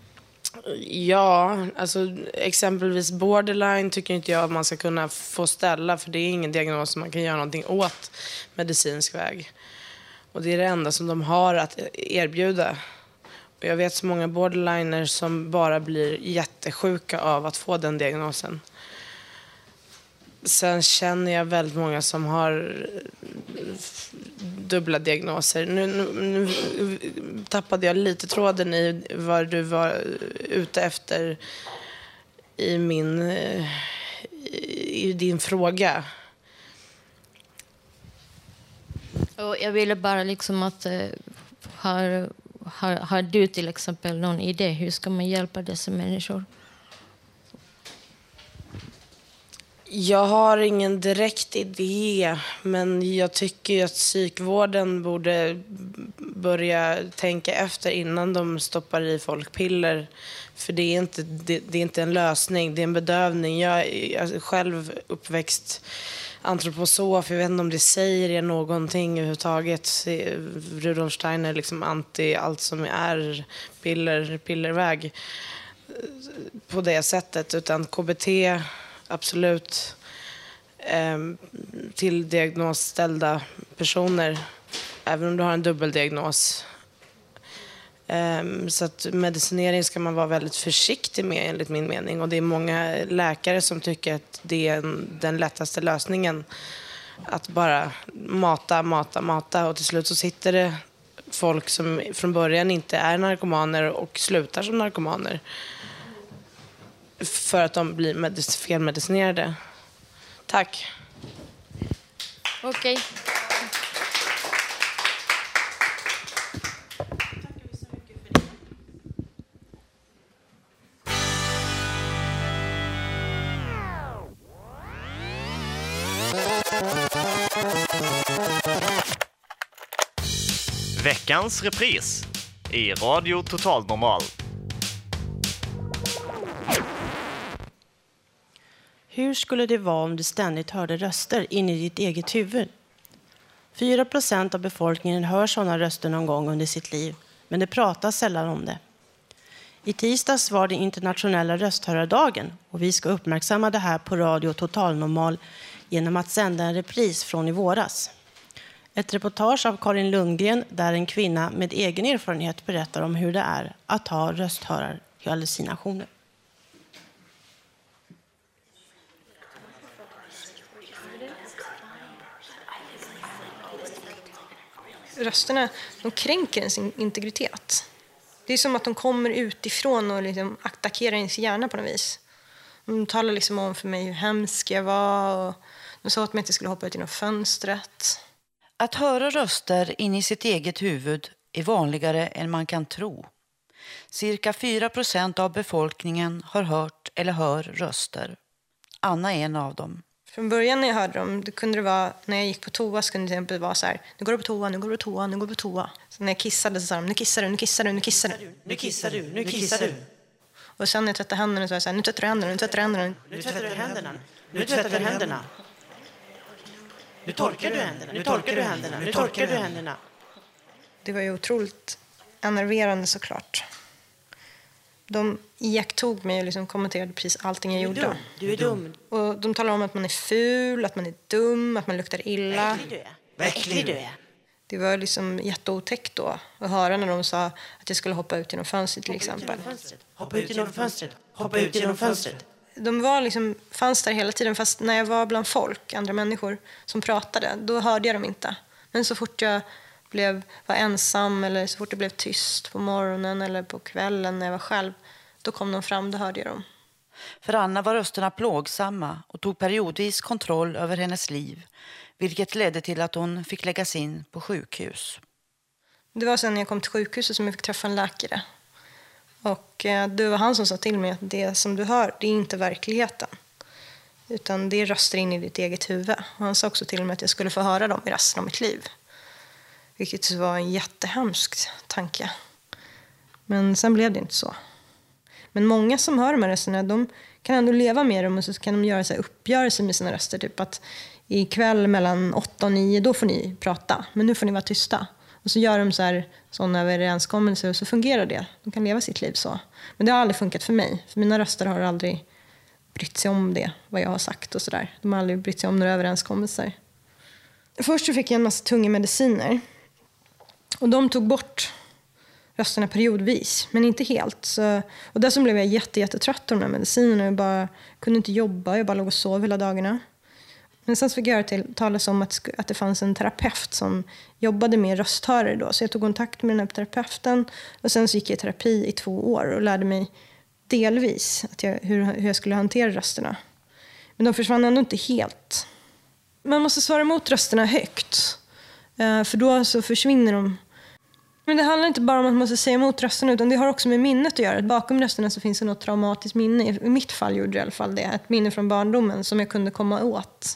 ja, alltså exempelvis borderline tycker inte jag att man ska kunna få ställa, för det är ingen diagnos som man kan göra någonting åt medicinsk väg. Och det är det enda som de har att erbjuda. Och jag vet så många borderliners som bara blir jättesjuka av att få den diagnosen. Sen känner jag väldigt många som har dubbla diagnoser. Nu tappade jag lite tråden i vad du var ute efter i din fråga. Och jag ville bara liksom att har du till exempel någon idé, hur ska man hjälpa dessa människor? Jag har ingen direkt idé, men jag tycker att psykvården borde börja tänka efter innan de stoppar i folk piller. För det är inte en lösning, det är en bedövning. Jag är själv uppväxt antroposof, jag vet inte om det säger er någonting överhuvudtaget. Rudolf Steiner är liksom anti allt som är pillerväg på det sättet, utan KBT absolut. till diagnosställda personer, även om du har en dubbeldiagnos. Så att medicinering ska man vara väldigt försiktig med enligt min mening. Och det är många läkare som tycker att det är den lättaste lösningen. Att bara mata. Och till slut så sitter det folk som från början inte är narkomaner och slutar som narkomaner. För att de blir felmedicinerade. Tack. Okej. Veckans repris i Radio Total Normal. Hur skulle det vara om du ständigt hörde röster in i ditt eget huvud? 4% av befolkningen hör sådana röster någon gång under sitt liv, men det pratas sällan om det. I tisdags var det internationella rösthörardagen och vi ska uppmärksamma det här på Radio Total Normal genom att sända en repris från i våras. Ett reportage av Karin Lundgren där en kvinna med egen erfarenhet berättar om hur det är att ha rösthörarhallucinationer. Rösterna, de kränker ens integritet. Det är som att de kommer utifrån och liksom attackerar ens hjärna på något vis. De talar liksom om för mig hur hemsk jag var och de sa att jag inte skulle hoppa ut genom fönstret. Att höra röster in i sitt eget huvud är vanligare än man kan tro. Cirka 4% av befolkningen har hört eller hör röster. Anna är en av dem. Från början när jag hörde dem, det kunde det vara när jag gick på toa så kunde det till exempel vara så här: nu går du på toa, nu går du på toa, nu går du på toa. Så när jag kissade så sa de: nu kissar du, nu kissar du, nu kissar du. Nu kissar du, nu kissar du. Och sen när jag tvättade händerna så var jag så här: nu tvättar du händerna, nu tvättar du händerna. Nu tvättar du händerna, nu tvättar du händerna. Nu torkar du händerna, nu torkar du händerna, nu torkar du händerna. Det var ju otroligt enerverande såklart. De iakttog mig och liksom kommenterade precis allting jag gjorde. Du är dum. Och de talade om att man är ful, att man är dum, att man luktar illa. Äcklig du är. Det var liksom jätteotäckt då att höra när de sa att jag skulle hoppa ut genom fönstret till exempel. Hoppa ut genom fönstret. Hoppa ut genom fönstret. De var liksom, fanns där hela tiden, fast när jag var bland folk, andra människor som pratade, då hörde jag dem inte. Men så fort jag var ensam eller så fort det blev tyst på morgonen eller på kvällen när jag var själv, då kom de fram, då hörde jag dem. För Anna var rösterna plågsamma och tog periodvis kontroll över hennes liv, vilket ledde till att hon fick läggas in på sjukhus. Det var sen när jag kom till sjukhuset som jag fick träffa en läkare. Och det var han som sa till mig att det som du hör, det är inte verkligheten. Utan det är röster in i ditt eget huvud. Och han sa också till mig att jag skulle få höra dem i resten av mitt liv. Vilket var en jättehemsk tanke. Men sen blev det inte så. Men många som hör de här rösterna, de kan ändå leva med dem och så kan de göra så här uppgörelser med sina röster. Typ att ikväll mellan 8 och 9, då får ni prata. Men nu får ni vara tysta. Och så gör de sådana överenskommelser och så fungerar det. De kan leva sitt liv så. Men det har aldrig funkat för mig. För mina röster har aldrig brytt sig om det, vad jag har sagt och sådär. De har aldrig brytt sig om några överenskommelser. Först så fick jag en massa tunga mediciner. Och de tog bort rösterna periodvis, men inte helt. Så, och dessutom blev jag jättetrött av de här medicinerna. Jag bara kunde inte jobba, jag bara låg och sov hela dagarna. Men sen så fick jag talas om att det fanns en terapeut som jobbade med rösthörare då. Så jag tog kontakt med den här terapeuten och sen så gick jag i terapi i 2 år och lärde mig delvis hur jag skulle hantera rösterna. Men de försvann ändå inte helt. Man måste svara emot rösterna högt. För då så försvinner de. Men det handlar inte bara om att man måste säga emot rösterna, utan det har också med minnet att göra. Bakom rösterna så finns det något traumatiskt minne. I mitt fall gjorde det i alla fall det. Ett minne från barndomen som jag kunde komma åt.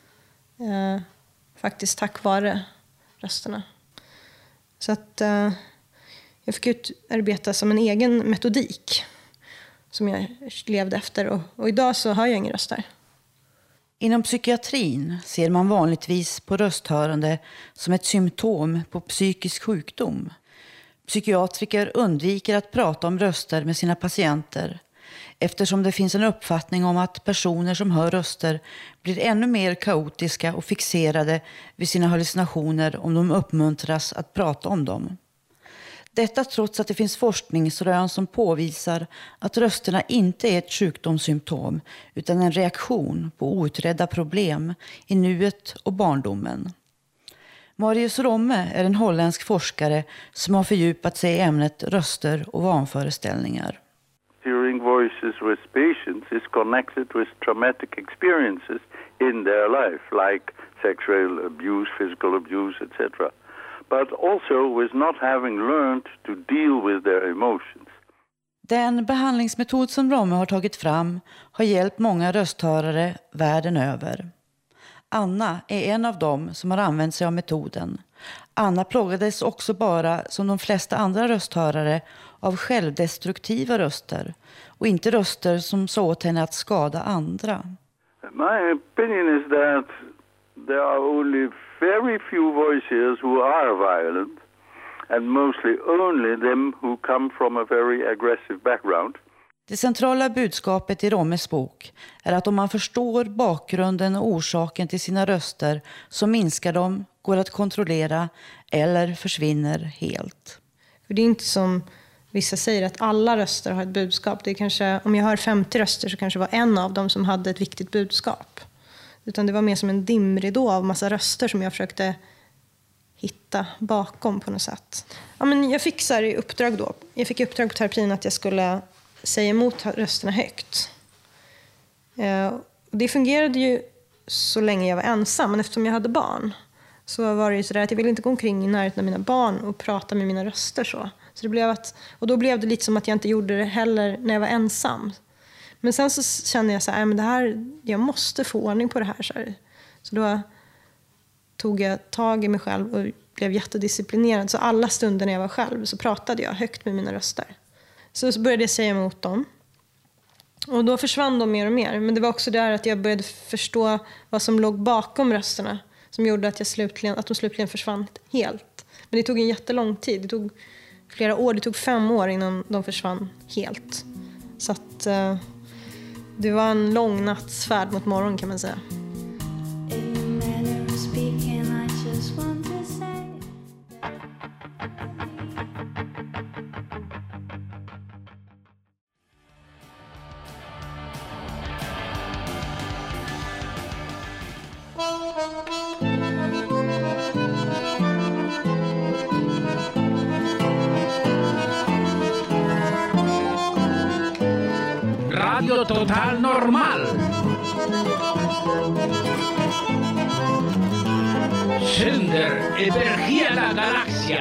Faktiskt tack vare rösterna. Så att jag fick utarbeta som en egen metodik som jag levde efter. Och idag så har jag inga röster. Inom psykiatrin ser man vanligtvis på rösthörande som ett symptom på psykisk sjukdom. Psykiatriker undviker att prata om röster med sina patienter eftersom det finns en uppfattning om att personer som hör röster blir ännu mer kaotiska och fixerade vid sina hallucinationer om de uppmuntras att prata om dem. Detta trots att det finns forskningsrön som påvisar att rösterna inte är ett sjukdomssymptom utan en reaktion på outredda problem i nuet och barndomen. Marius Romme är en holländsk forskare som har fördjupat sig i ämnet röster och vanföreställningar. Hearing voices with patients is connected with traumatic experiences in their life, like sexual abuse, physical abuse, etc. But also with not having learned to deal with their emotions. Den behandlingsmetod som Romme har tagit fram har hjälpt många rösthörare världen över. Anna är en av dem som har använt sig av metoden. Anna plågades också bara, som de flesta andra rösthörare, av självdestruktiva röster och inte röster som sa åt henne att skada andra. My opinion is that there are only very few voices who are violent and mostly only them who come from a very aggressive background. Det centrala budskapet i Rommes bok är att om man förstår bakgrunden och orsaken till sina röster så minskar de, går att kontrollera eller försvinner helt. För det är inte som vissa säger att alla röster har ett budskap. Det är kanske, om jag hör 50 röster så kanske det var en av dem som hade ett viktigt budskap. Utan det var mer som en dimridå av massa röster som jag försökte hitta bakom på något sätt. Ja, men jag fick så här i uppdrag då. Jag fick i uppdrag på terapin att jag skulle säga emot rösterna högt. Det fungerade ju så länge jag var ensam. Men eftersom jag hade barn så var det ju så där att jag ville inte gå omkring i närheten av mina barn och prata med mina röster så det blev och då blev det lite som att jag inte gjorde det heller när jag var ensam. Men sen så kände jag så här, men det här, jag måste få ordning på det här. Så då tog jag tag i mig själv och blev jättedisciplinerad. Så alla stunder när jag var själv så pratade jag högt med mina röster. Så började jag säga emot dem. Och då försvann de mer och mer. Men det var också där att jag började förstå vad som låg bakom rösterna. Som gjorde att de slutligen försvann helt. Men det tog en jättelång tid. Det tog flera år. Det tog 5 år innan de försvann helt. Så att det var en lång nattsfärd mot morgon kan man säga. Radio Total Normal. Sänder över hela galaxen.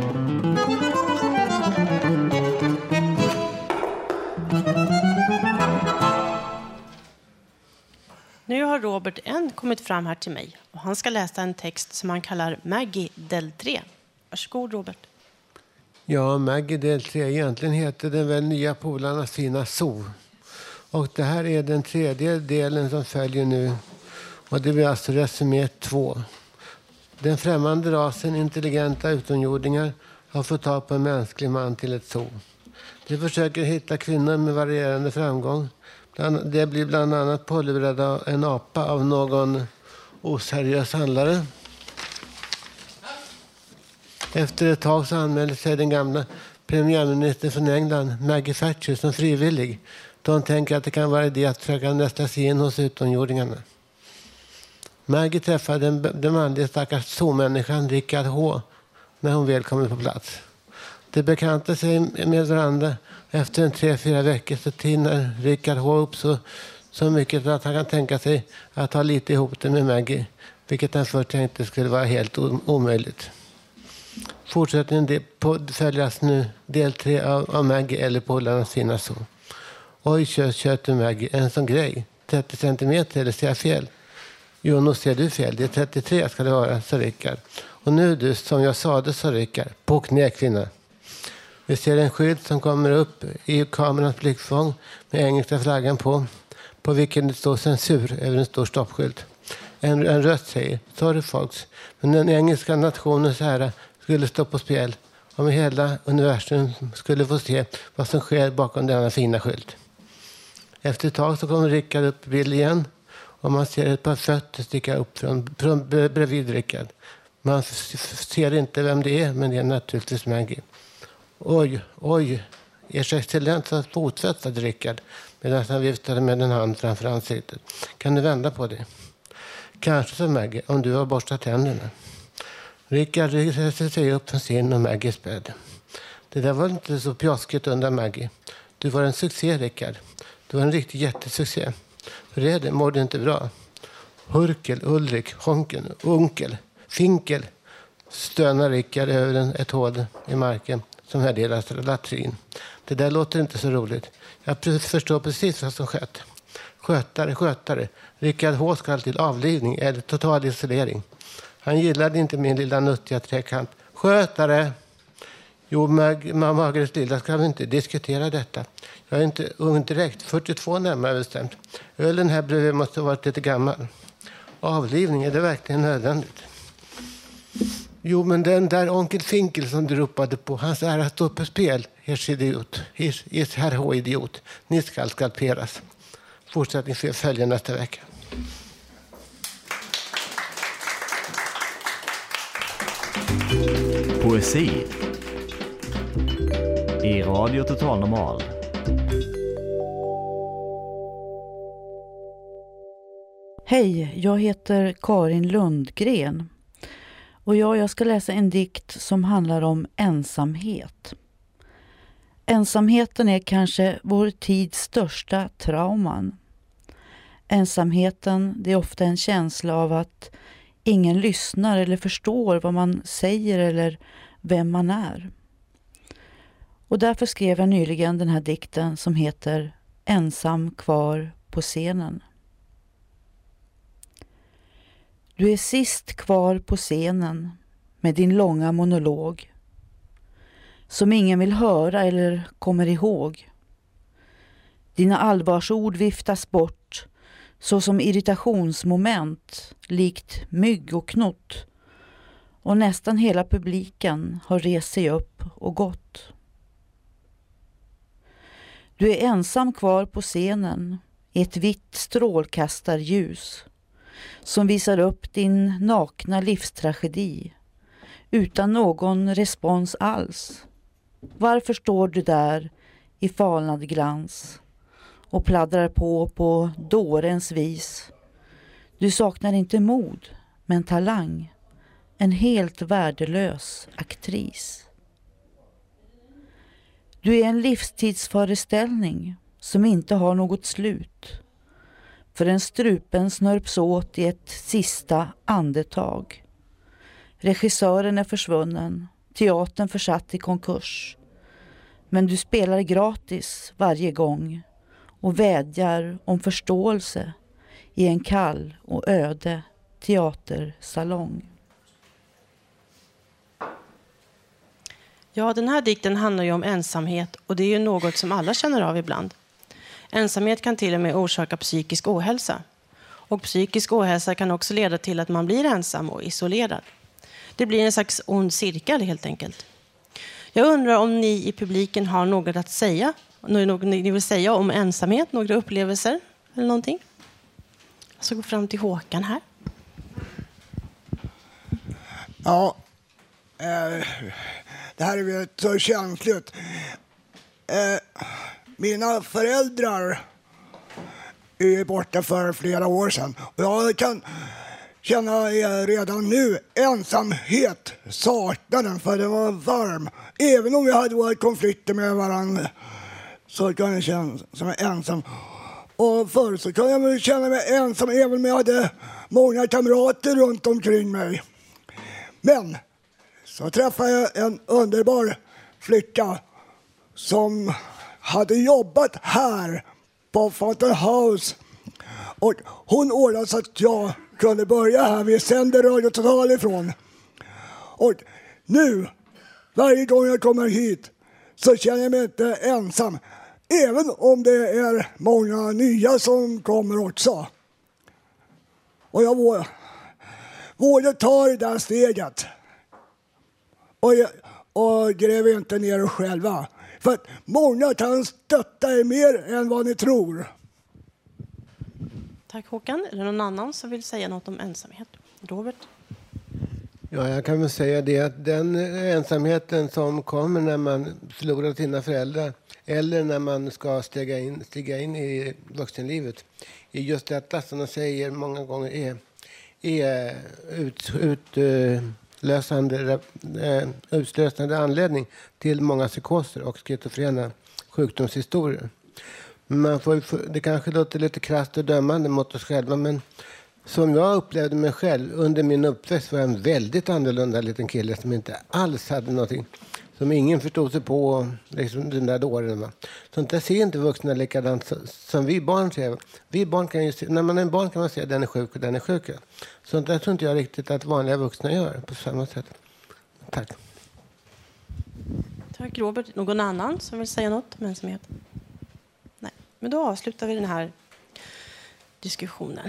Nu har Robert N kommit fram här till mig och han ska läsa en text som han kallar Maggie del 3. Varsågod Robert. Ja, Maggie del 3 egentligen heter den väl Nya polarnas fina zoo. Och det här är den 3:e delen som följer nu. Och det blir alltså resumé 2. Den främmande rasen intelligenta utomjordingar har fått ta på en mänsklig man till ett zoo. De försöker hitta kvinnor med varierande framgång. Det blir bland annat pålurade en apa av någon oseriös handlare. Efter ett tag så anmälde sig den gamla premiärministern från England, Maggie Thatcher, som frivillig. De tänker att det kan vara idé att försöka nästa sig in hos utomjordingarna. Maggie träffade den manliga stackars zoomänniskan Richard H. när hon väl kommer på plats. De bekantade sig med varandra. Efter 3-4 veckor så tinar Richard H. upp så mycket att han kan tänka sig att ha lite ihop det med Maggie. Vilket han först tänkte skulle vara helt omöjligt. Fortsättningen följas nu del 3 av Maggie eller polarnas fina zoo. Oj, kött och Maggie, en sån grej. 30 centimeter, eller ser jag fel? Jo, nu ser du fel. Det är 33 ska det vara, sa Rickard. Och nu du, som jag sa det, sa Rickard. På knä, kvinna. Vi ser en skylt som kommer upp i kamerans blickfång med engelska flaggan på vilken det står censur över en stor stoppskylt. En röst säger, sorry folks, men den engelska nationens ära skulle stå på spel om hela universum skulle få se vad som sker bakom denna fina skylt. Efter ett tag så kommer Rickard upp i bild igen. Och man ser ett par fötter sticka upp från bredvid Rickard. Man ser inte vem det är, men det är naturligtvis Maggie. Oj, ers excellens har fotfästat Rickard medan han viftade med en hand framför ansiktet. Kan du vända på det? Kanske, sa Maggie, om du har borstat tänderna. Rickard reser sig upp från sin och Maggies bädd. Det där var inte så pjaskigt undan Maggie. Du var en succé, Rickard. Du var en riktig jättesuccé. Hur är det? Mår du inte bra? Hurkel, Ulrik, Honken, Unkel, Finkel, stönar Rickard över ett hål i marken som här delas latrin. Det där låter inte så roligt. Jag förstår precis vad som skett. Skötare. Rickard H ska till avlivning eller total isolering. Han gillade inte min lilla nuttiga trekant. Skötare! Jo, Margaret Lilla, ska vi inte diskutera detta. Jag är inte ung direkt, 42 närmare bestämt. Ölen här bredvid måste ha varit lite gammal. Avlivning, är det verkligen nödvändigt? Jo, men den där onkel Finkel som du ropade på, hans ära står på spel, herr H-idiot. Ni ska skalperas. Fortsättning följer nästa vecka. Poesi i Radio Total Normal. Hej, jag heter Karin Lundgren och jag ska läsa en dikt som handlar om ensamhet. Ensamheten är kanske vår tids största trauman. Ensamheten, det är ofta en känsla av att ingen lyssnar eller förstår vad man säger eller vem man är. Och därför skrev jag nyligen den här dikten som heter Ensam kvar på scenen. Du är sist kvar på scenen med din långa monolog som ingen vill höra eller kommer ihåg. Dina allvarsord viftas bort så som irritationsmoment likt mygg och knott, och nästan hela publiken har rest sig upp och gått. Du är ensam kvar på scenen i ett vitt strålkastarljus som visar upp din nakna livstragedi utan någon respons alls. Varför står du där i falnad glans och pladdrar på dårens vis? Du saknar inte mod, men talang. En helt värdelös aktris. Du är en livstidsföreställning som inte har något slut. Förrän strupen snörps åt i ett sista andetag. Regissören är försvunnen, teatern försatt i konkurs. Men du spelar gratis varje gång och vädjar om förståelse i en kall och öde teatersalong. Ja, den här dikten handlar ju om ensamhet, och det är ju något som alla känner av ibland. Ensamhet kan till och med orsaka psykisk ohälsa. Och psykisk ohälsa kan också leda till att man blir ensam och isolerad. Det blir en slags ond cirkel helt enkelt. Jag undrar om ni i publiken har något att säga. Något ni vill säga om ensamhet, några upplevelser eller någonting. Jag ska gå fram till Håkan här. Ja, det här är så känsligt. Mina föräldrar är borta för flera år sedan. Och jag kan känna redan nu ensamhet, saknaden, för det var varm. Även om vi hade varit konflikter med varandra så kan jag känna som ensam. Och förr så kunde jag känna mig ensam även om jag hade många kamrater runt omkring mig. Men så träffade jag en underbar flicka som hade jobbat här på Fountain House. Och hon ordnade så att jag kunde börja här. Vi sänder Radio Total ifrån. Och nu, varje gång jag kommer hit så känner jag mig inte ensam. Även om det är många nya som kommer också. Och jag vågar ta det där steget. Och gräver inte ner er själva. För att många kan stötta er mer än vad ni tror. Tack Håkan. Är det någon annan som vill säga något om ensamhet? Robert? Ja, jag kan väl säga det att den ensamheten som kommer när man förlorar sina föräldrar eller när man ska stiga in i vuxenlivet är just detta som de säger många gånger är utlösande anledning till många psykoser och schizofrena sjukdomshistorier. Det kanske låter lite krasst och dömande mot oss själva, men som jag upplevde mig själv under min uppväxt var jag en väldigt annorlunda liten kille som inte alls hade någonting, som ingen förstod sig på liksom den där åren. Sånt där ser inte vuxna likadant som vi barn ser. Vi barn kan ju se, när man är en barn kan man säga den är sjuk och den är sjuk. Sånt där tror inte jag riktigt att vanliga vuxna gör på samma sätt. Tack. Tack Robert. Någon annan som vill säga något om ensamhet? Nej, men då avslutar vi den här diskussionen.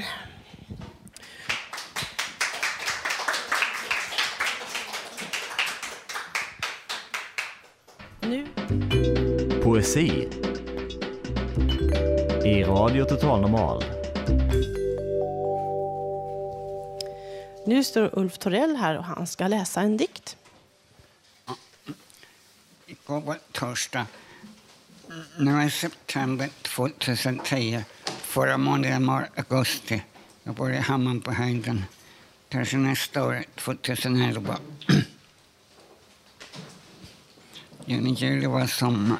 Nu. Poesi i Radio Total Normal. Nu står Ulf Torell här och han ska läsa en dikt. Igår var torsdag. Nu är september 2010. Förra månaden var augusti. Jag bor i Hammaren på höjden. Kanske nästa år, 2011. Juni, juli var sommar.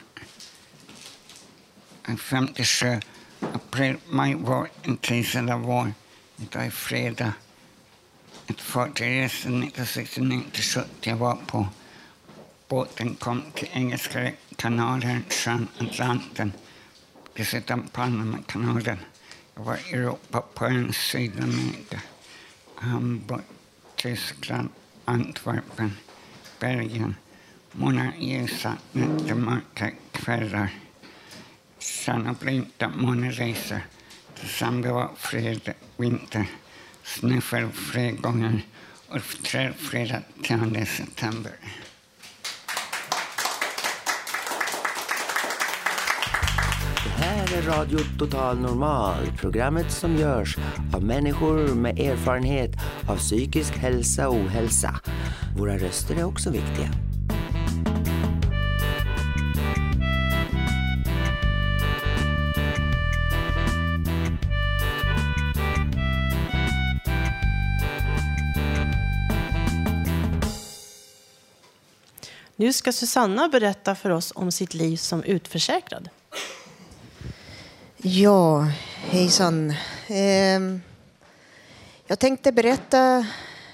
57. April, maj var en tisdag var. Idag är fredag. Ett fartyg reste 1969-70 jag var på. Båten kom till Engelska kanalen, sjön Atlanten. Dessutom Panamakanalen. Jag var i Europa på en Sydamerika. Hamburg, Tyskland, Antwerpen, Belgien. Många ljusa, nättemörka kvällar. Sannolika månresor. December var fredag, vinter. Snöfall flera gånger och fredag 10 september. Det här är Radio Total Normal, programmet som görs av människor med erfarenhet av psykisk hälsa och ohälsa. Våra röster är också viktiga. Nu ska Susanna berätta för oss om sitt liv som utförsäkrad. Ja, hejsan. Jag tänkte berätta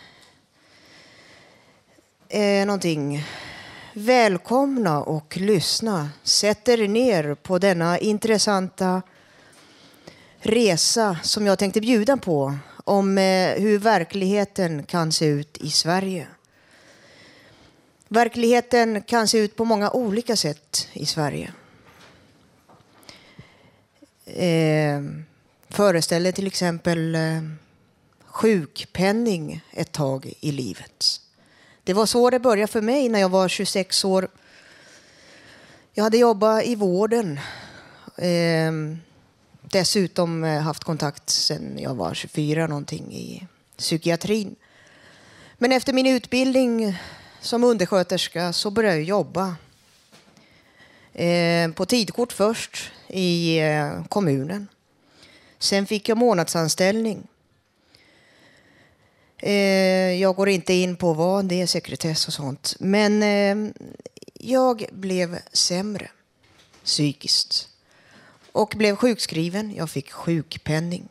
någonting. Välkomna och lyssna. Sätt er ner på denna intressanta resa som jag tänkte bjuda på om hur verkligheten kan se ut i Sverige. Verkligheten kan se ut på många olika sätt i Sverige. Föreställ dig till exempel sjukpenning ett tag i livet. Det var så det började för mig när jag var 26 år. Jag hade jobbat i vården. Dessutom haft kontakt sedan jag var 24 någonting i psykiatrin. Men efter min utbildning som undersköterska så började jag jobba på tidkort först i kommunen. Sen fick jag månadsanställning. Jag går inte in på vad det är, sekretess och sånt. Men jag blev sämre psykiskt och blev sjukskriven. Jag fick sjukpenning.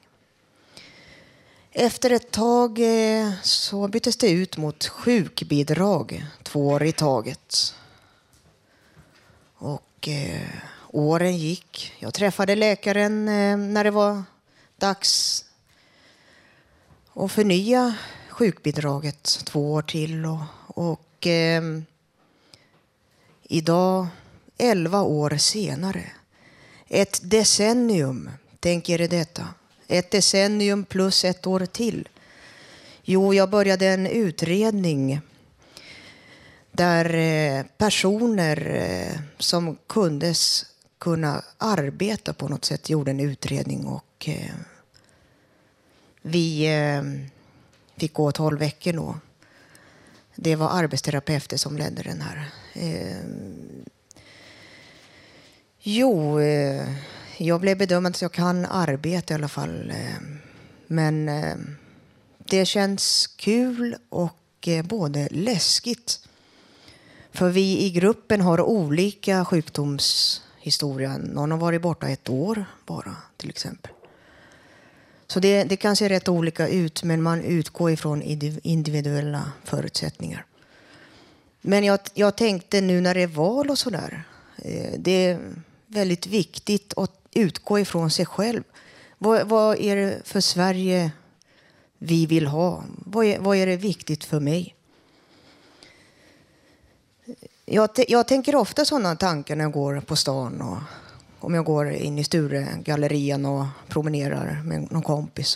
Efter ett tag så byttes det ut mot sjukbidrag 2 år i taget. Och åren gick. Jag träffade läkaren när det var dags att förnya sjukbidraget 2 år till. Och idag, 11 år senare, ett decennium, tänk er detta. Ett decennium plus 1 år till. Jo, jag började en utredning där personer som kunna arbeta på något sätt gjorde en utredning och Vi fick gå 12 veckor då. Det var arbetsterapeuter som ledde den här. Jag blev bedömd att jag kan arbeta i alla fall. Men det känns kul och både läskigt. För vi i gruppen har olika sjukdomshistorier. Någon har varit borta 1 år bara, till exempel. Så det kan se rätt olika ut, men man utgår ifrån individuella förutsättningar. Men jag tänkte nu när det är val och sådär. Det är väldigt viktigt att utgå ifrån sig själv. Vad är det för Sverige vi vill ha? Vad är det viktigt för mig? Jag tänker ofta sådana tankar när jag går på stan och om jag går in i Sturegallerian och promenerar med någon kompis.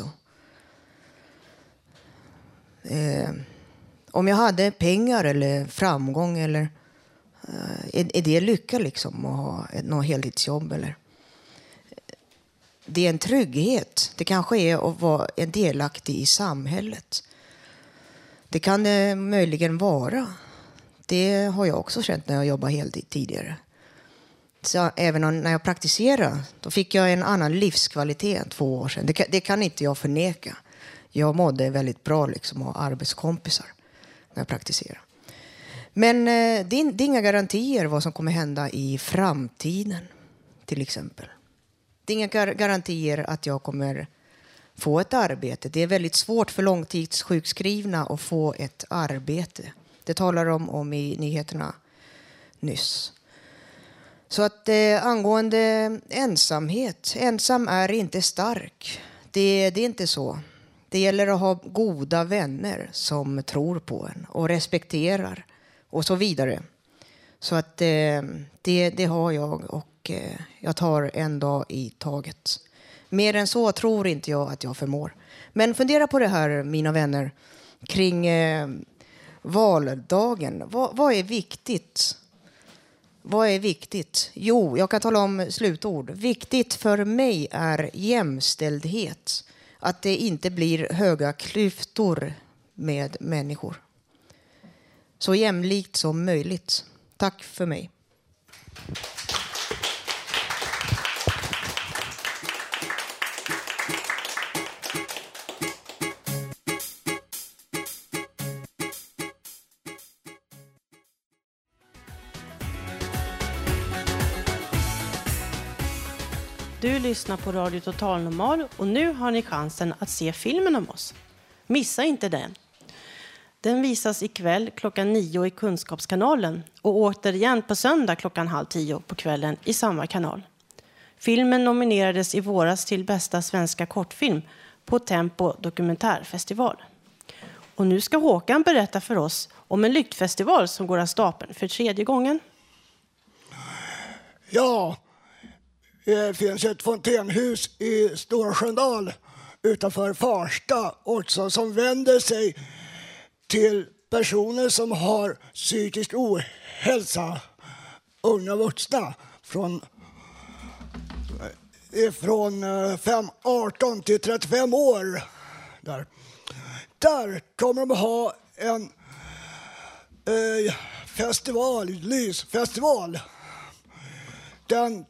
Om jag hade pengar eller framgång eller är det lycka liksom att ha något heltidsjobb eller? Det är en trygghet. Det kanske är att vara en delaktig i samhället. Det kan det möjligen vara. Det har jag också känt när jag jobbade heltid tidigare. Så även när jag praktiserade, då fick jag en annan livskvalitet 2 år sedan. Det kan inte jag förneka. Jag mådde väldigt bra liksom av arbetskompisar när jag praktiserade. Men det är inga garantier vad som kommer hända i framtiden, till exempel. Det är inga garantier att jag kommer få ett arbete. Det är väldigt svårt för långtidssjukskrivna att få ett arbete. Det talar de om i nyheterna nyss. Så att angående ensamhet. Ensam är inte stark. Det är inte så. Det gäller att ha goda vänner som tror på en och respekterar och så vidare. Så att det har jag och jag tar en dag i taget. Mer än så tror inte jag att jag förmår. Men fundera på det här, mina vänner, kring valdagen. Vad är viktigt? Vad är viktigt? Jo, jag kan tala om slutord. Viktigt för mig är jämställdhet. Att det inte blir höga klyftor med människor. Så jämlikt som möjligt. Tack för mig. Du lyssnar på Radio Total Normal och nu har ni chansen att se filmen om oss. Missa inte den. Den visas ikväll klockan 9 i Kunskapskanalen och återigen på söndag klockan 9:30 på kvällen i samma kanal. Filmen nominerades i våras till bästa svenska kortfilm på Tempo dokumentärfestival. Och nu ska Håkan berätta för oss om en lyktfestival som går av stapeln för 3:e gången. Ja, det finns ett fontenhus i Stora Sköndal utanför Farsta också som vänder sig till personer som har psykisk ohälsa, unga vuxna från 18 till 35 år. Där kommer de ha en festival, lysfestival. Den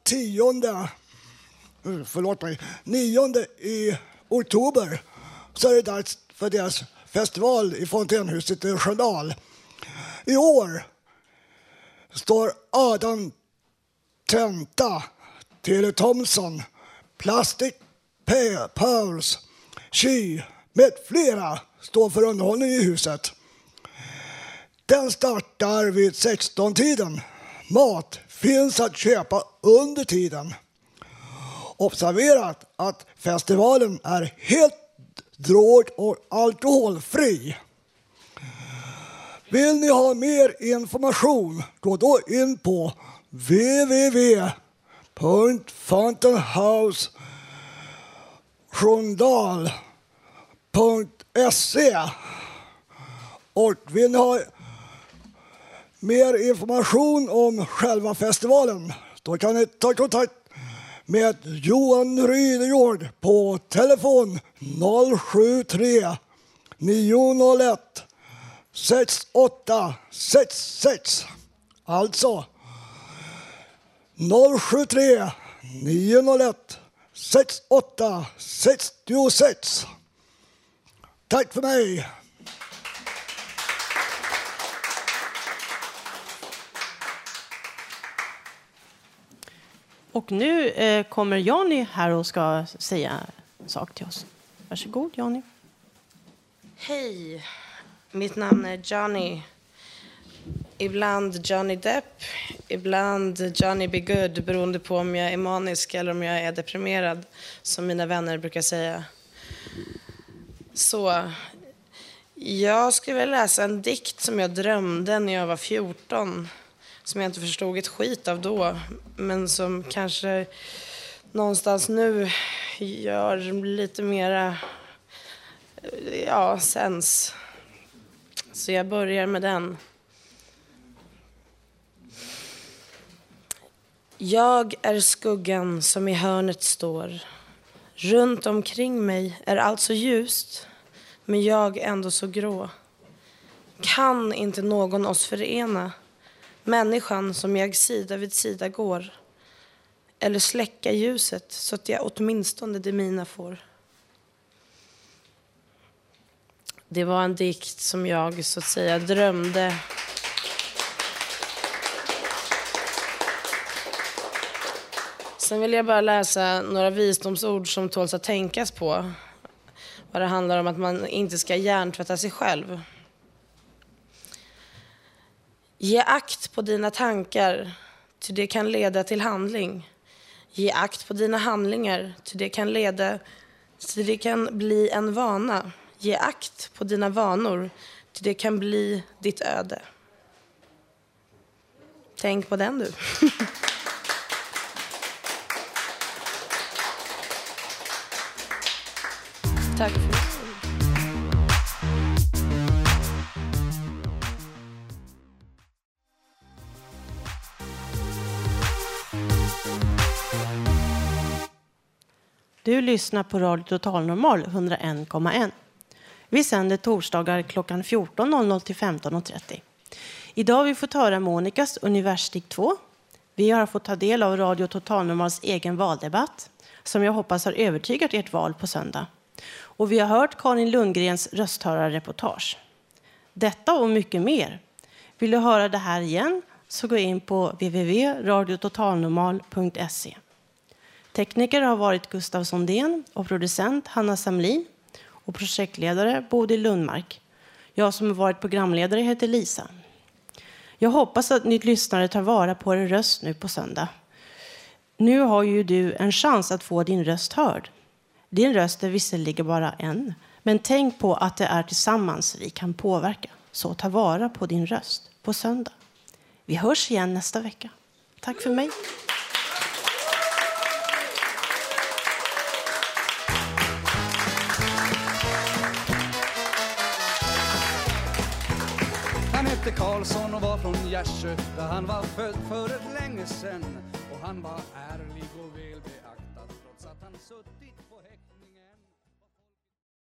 9 i oktober så är det dags för deras festival i fontenhuset i Sköndal. I år står Adam Tenta, Tele Thompson, Plastic Pearls, Chi med flera står för underhållning i huset. Den startar vid 16-tiden. Mat finns att köpa under tiden. Observera att festivalen är helt drog- och alkoholfri. Vill ni ha mer information, gå då in på www.fountainhouse.se och vill ni ha mer information om själva festivalen, då kan ni ta kontakt med Johan Rydegård på telefon 073 901 6866. Alltså 073 901 6866. Tack för mig. Och nu kommer Johnny här och ska säga en sak till oss. Varsågod, Johnny. Hej, mitt namn är Johnny. Ibland Johnny Depp, ibland Johnny Be Good, beroende på om jag är manisk eller om jag är deprimerad, som mina vänner brukar säga. Så, jag skulle vilja läsa en dikt som jag drömde när jag var 14, som jag inte förstod ett skit av då, men som kanske någonstans nu gör lite mera sens. Så jag börjar med den. Jag är skuggan som i hörnet står. Runt omkring mig är allt så ljust, men jag ändå så grå. Kan inte någon oss förena, människan som jag sida vid sida går, eller släcka ljuset så att jag åtminstone det mina får. Det var en dikt som jag så att säga drömde. Sen vill jag bara läsa några visdomsord som tåls att tänkas på. Vad det handlar om att man inte ska hjärntvätta sig själv. Ge akt på dina tankar, ty det kan leda till handling. Ge akt på dina handlingar, ty det kan bli en vana. Ge akt på dina vanor, ty det kan bli ditt öde. Tänk på den du. Tack för det. Du lyssnar på Radio Total Normal 101,1. Vi sänder torsdagar klockan 14.00 till 15.30. Idag har vi fått höra Monikas Universitet 2. Vi har fått ta del av Radio Total Normals egen valdebatt, som jag hoppas har övertygat ert val på söndag. Och vi har hört Karin Lundgrens rösthörarreportage. Detta och mycket mer. Vill du höra det här igen så gå in på www.radiototalnormal.se. Tekniker har varit Gustav Sondén och producent Hanna Samlin och projektledare Bodil Lundmark. Jag som har varit programledare heter Lisa. Jag hoppas att ni lyssnare tar vara på er röst nu på söndag. Nu har ju du en chans att få din röst hörd. Din röst är visserligen bara en, men tänk på att det är tillsammans vi kan påverka. Så ta vara på din röst på söndag. Vi hörs igen nästa vecka. Tack för mig. Han hette Karlsson och var från Gärsö, där han var född för ett länge sedan. Och han var ärlig och väl beaktad trots att han suttit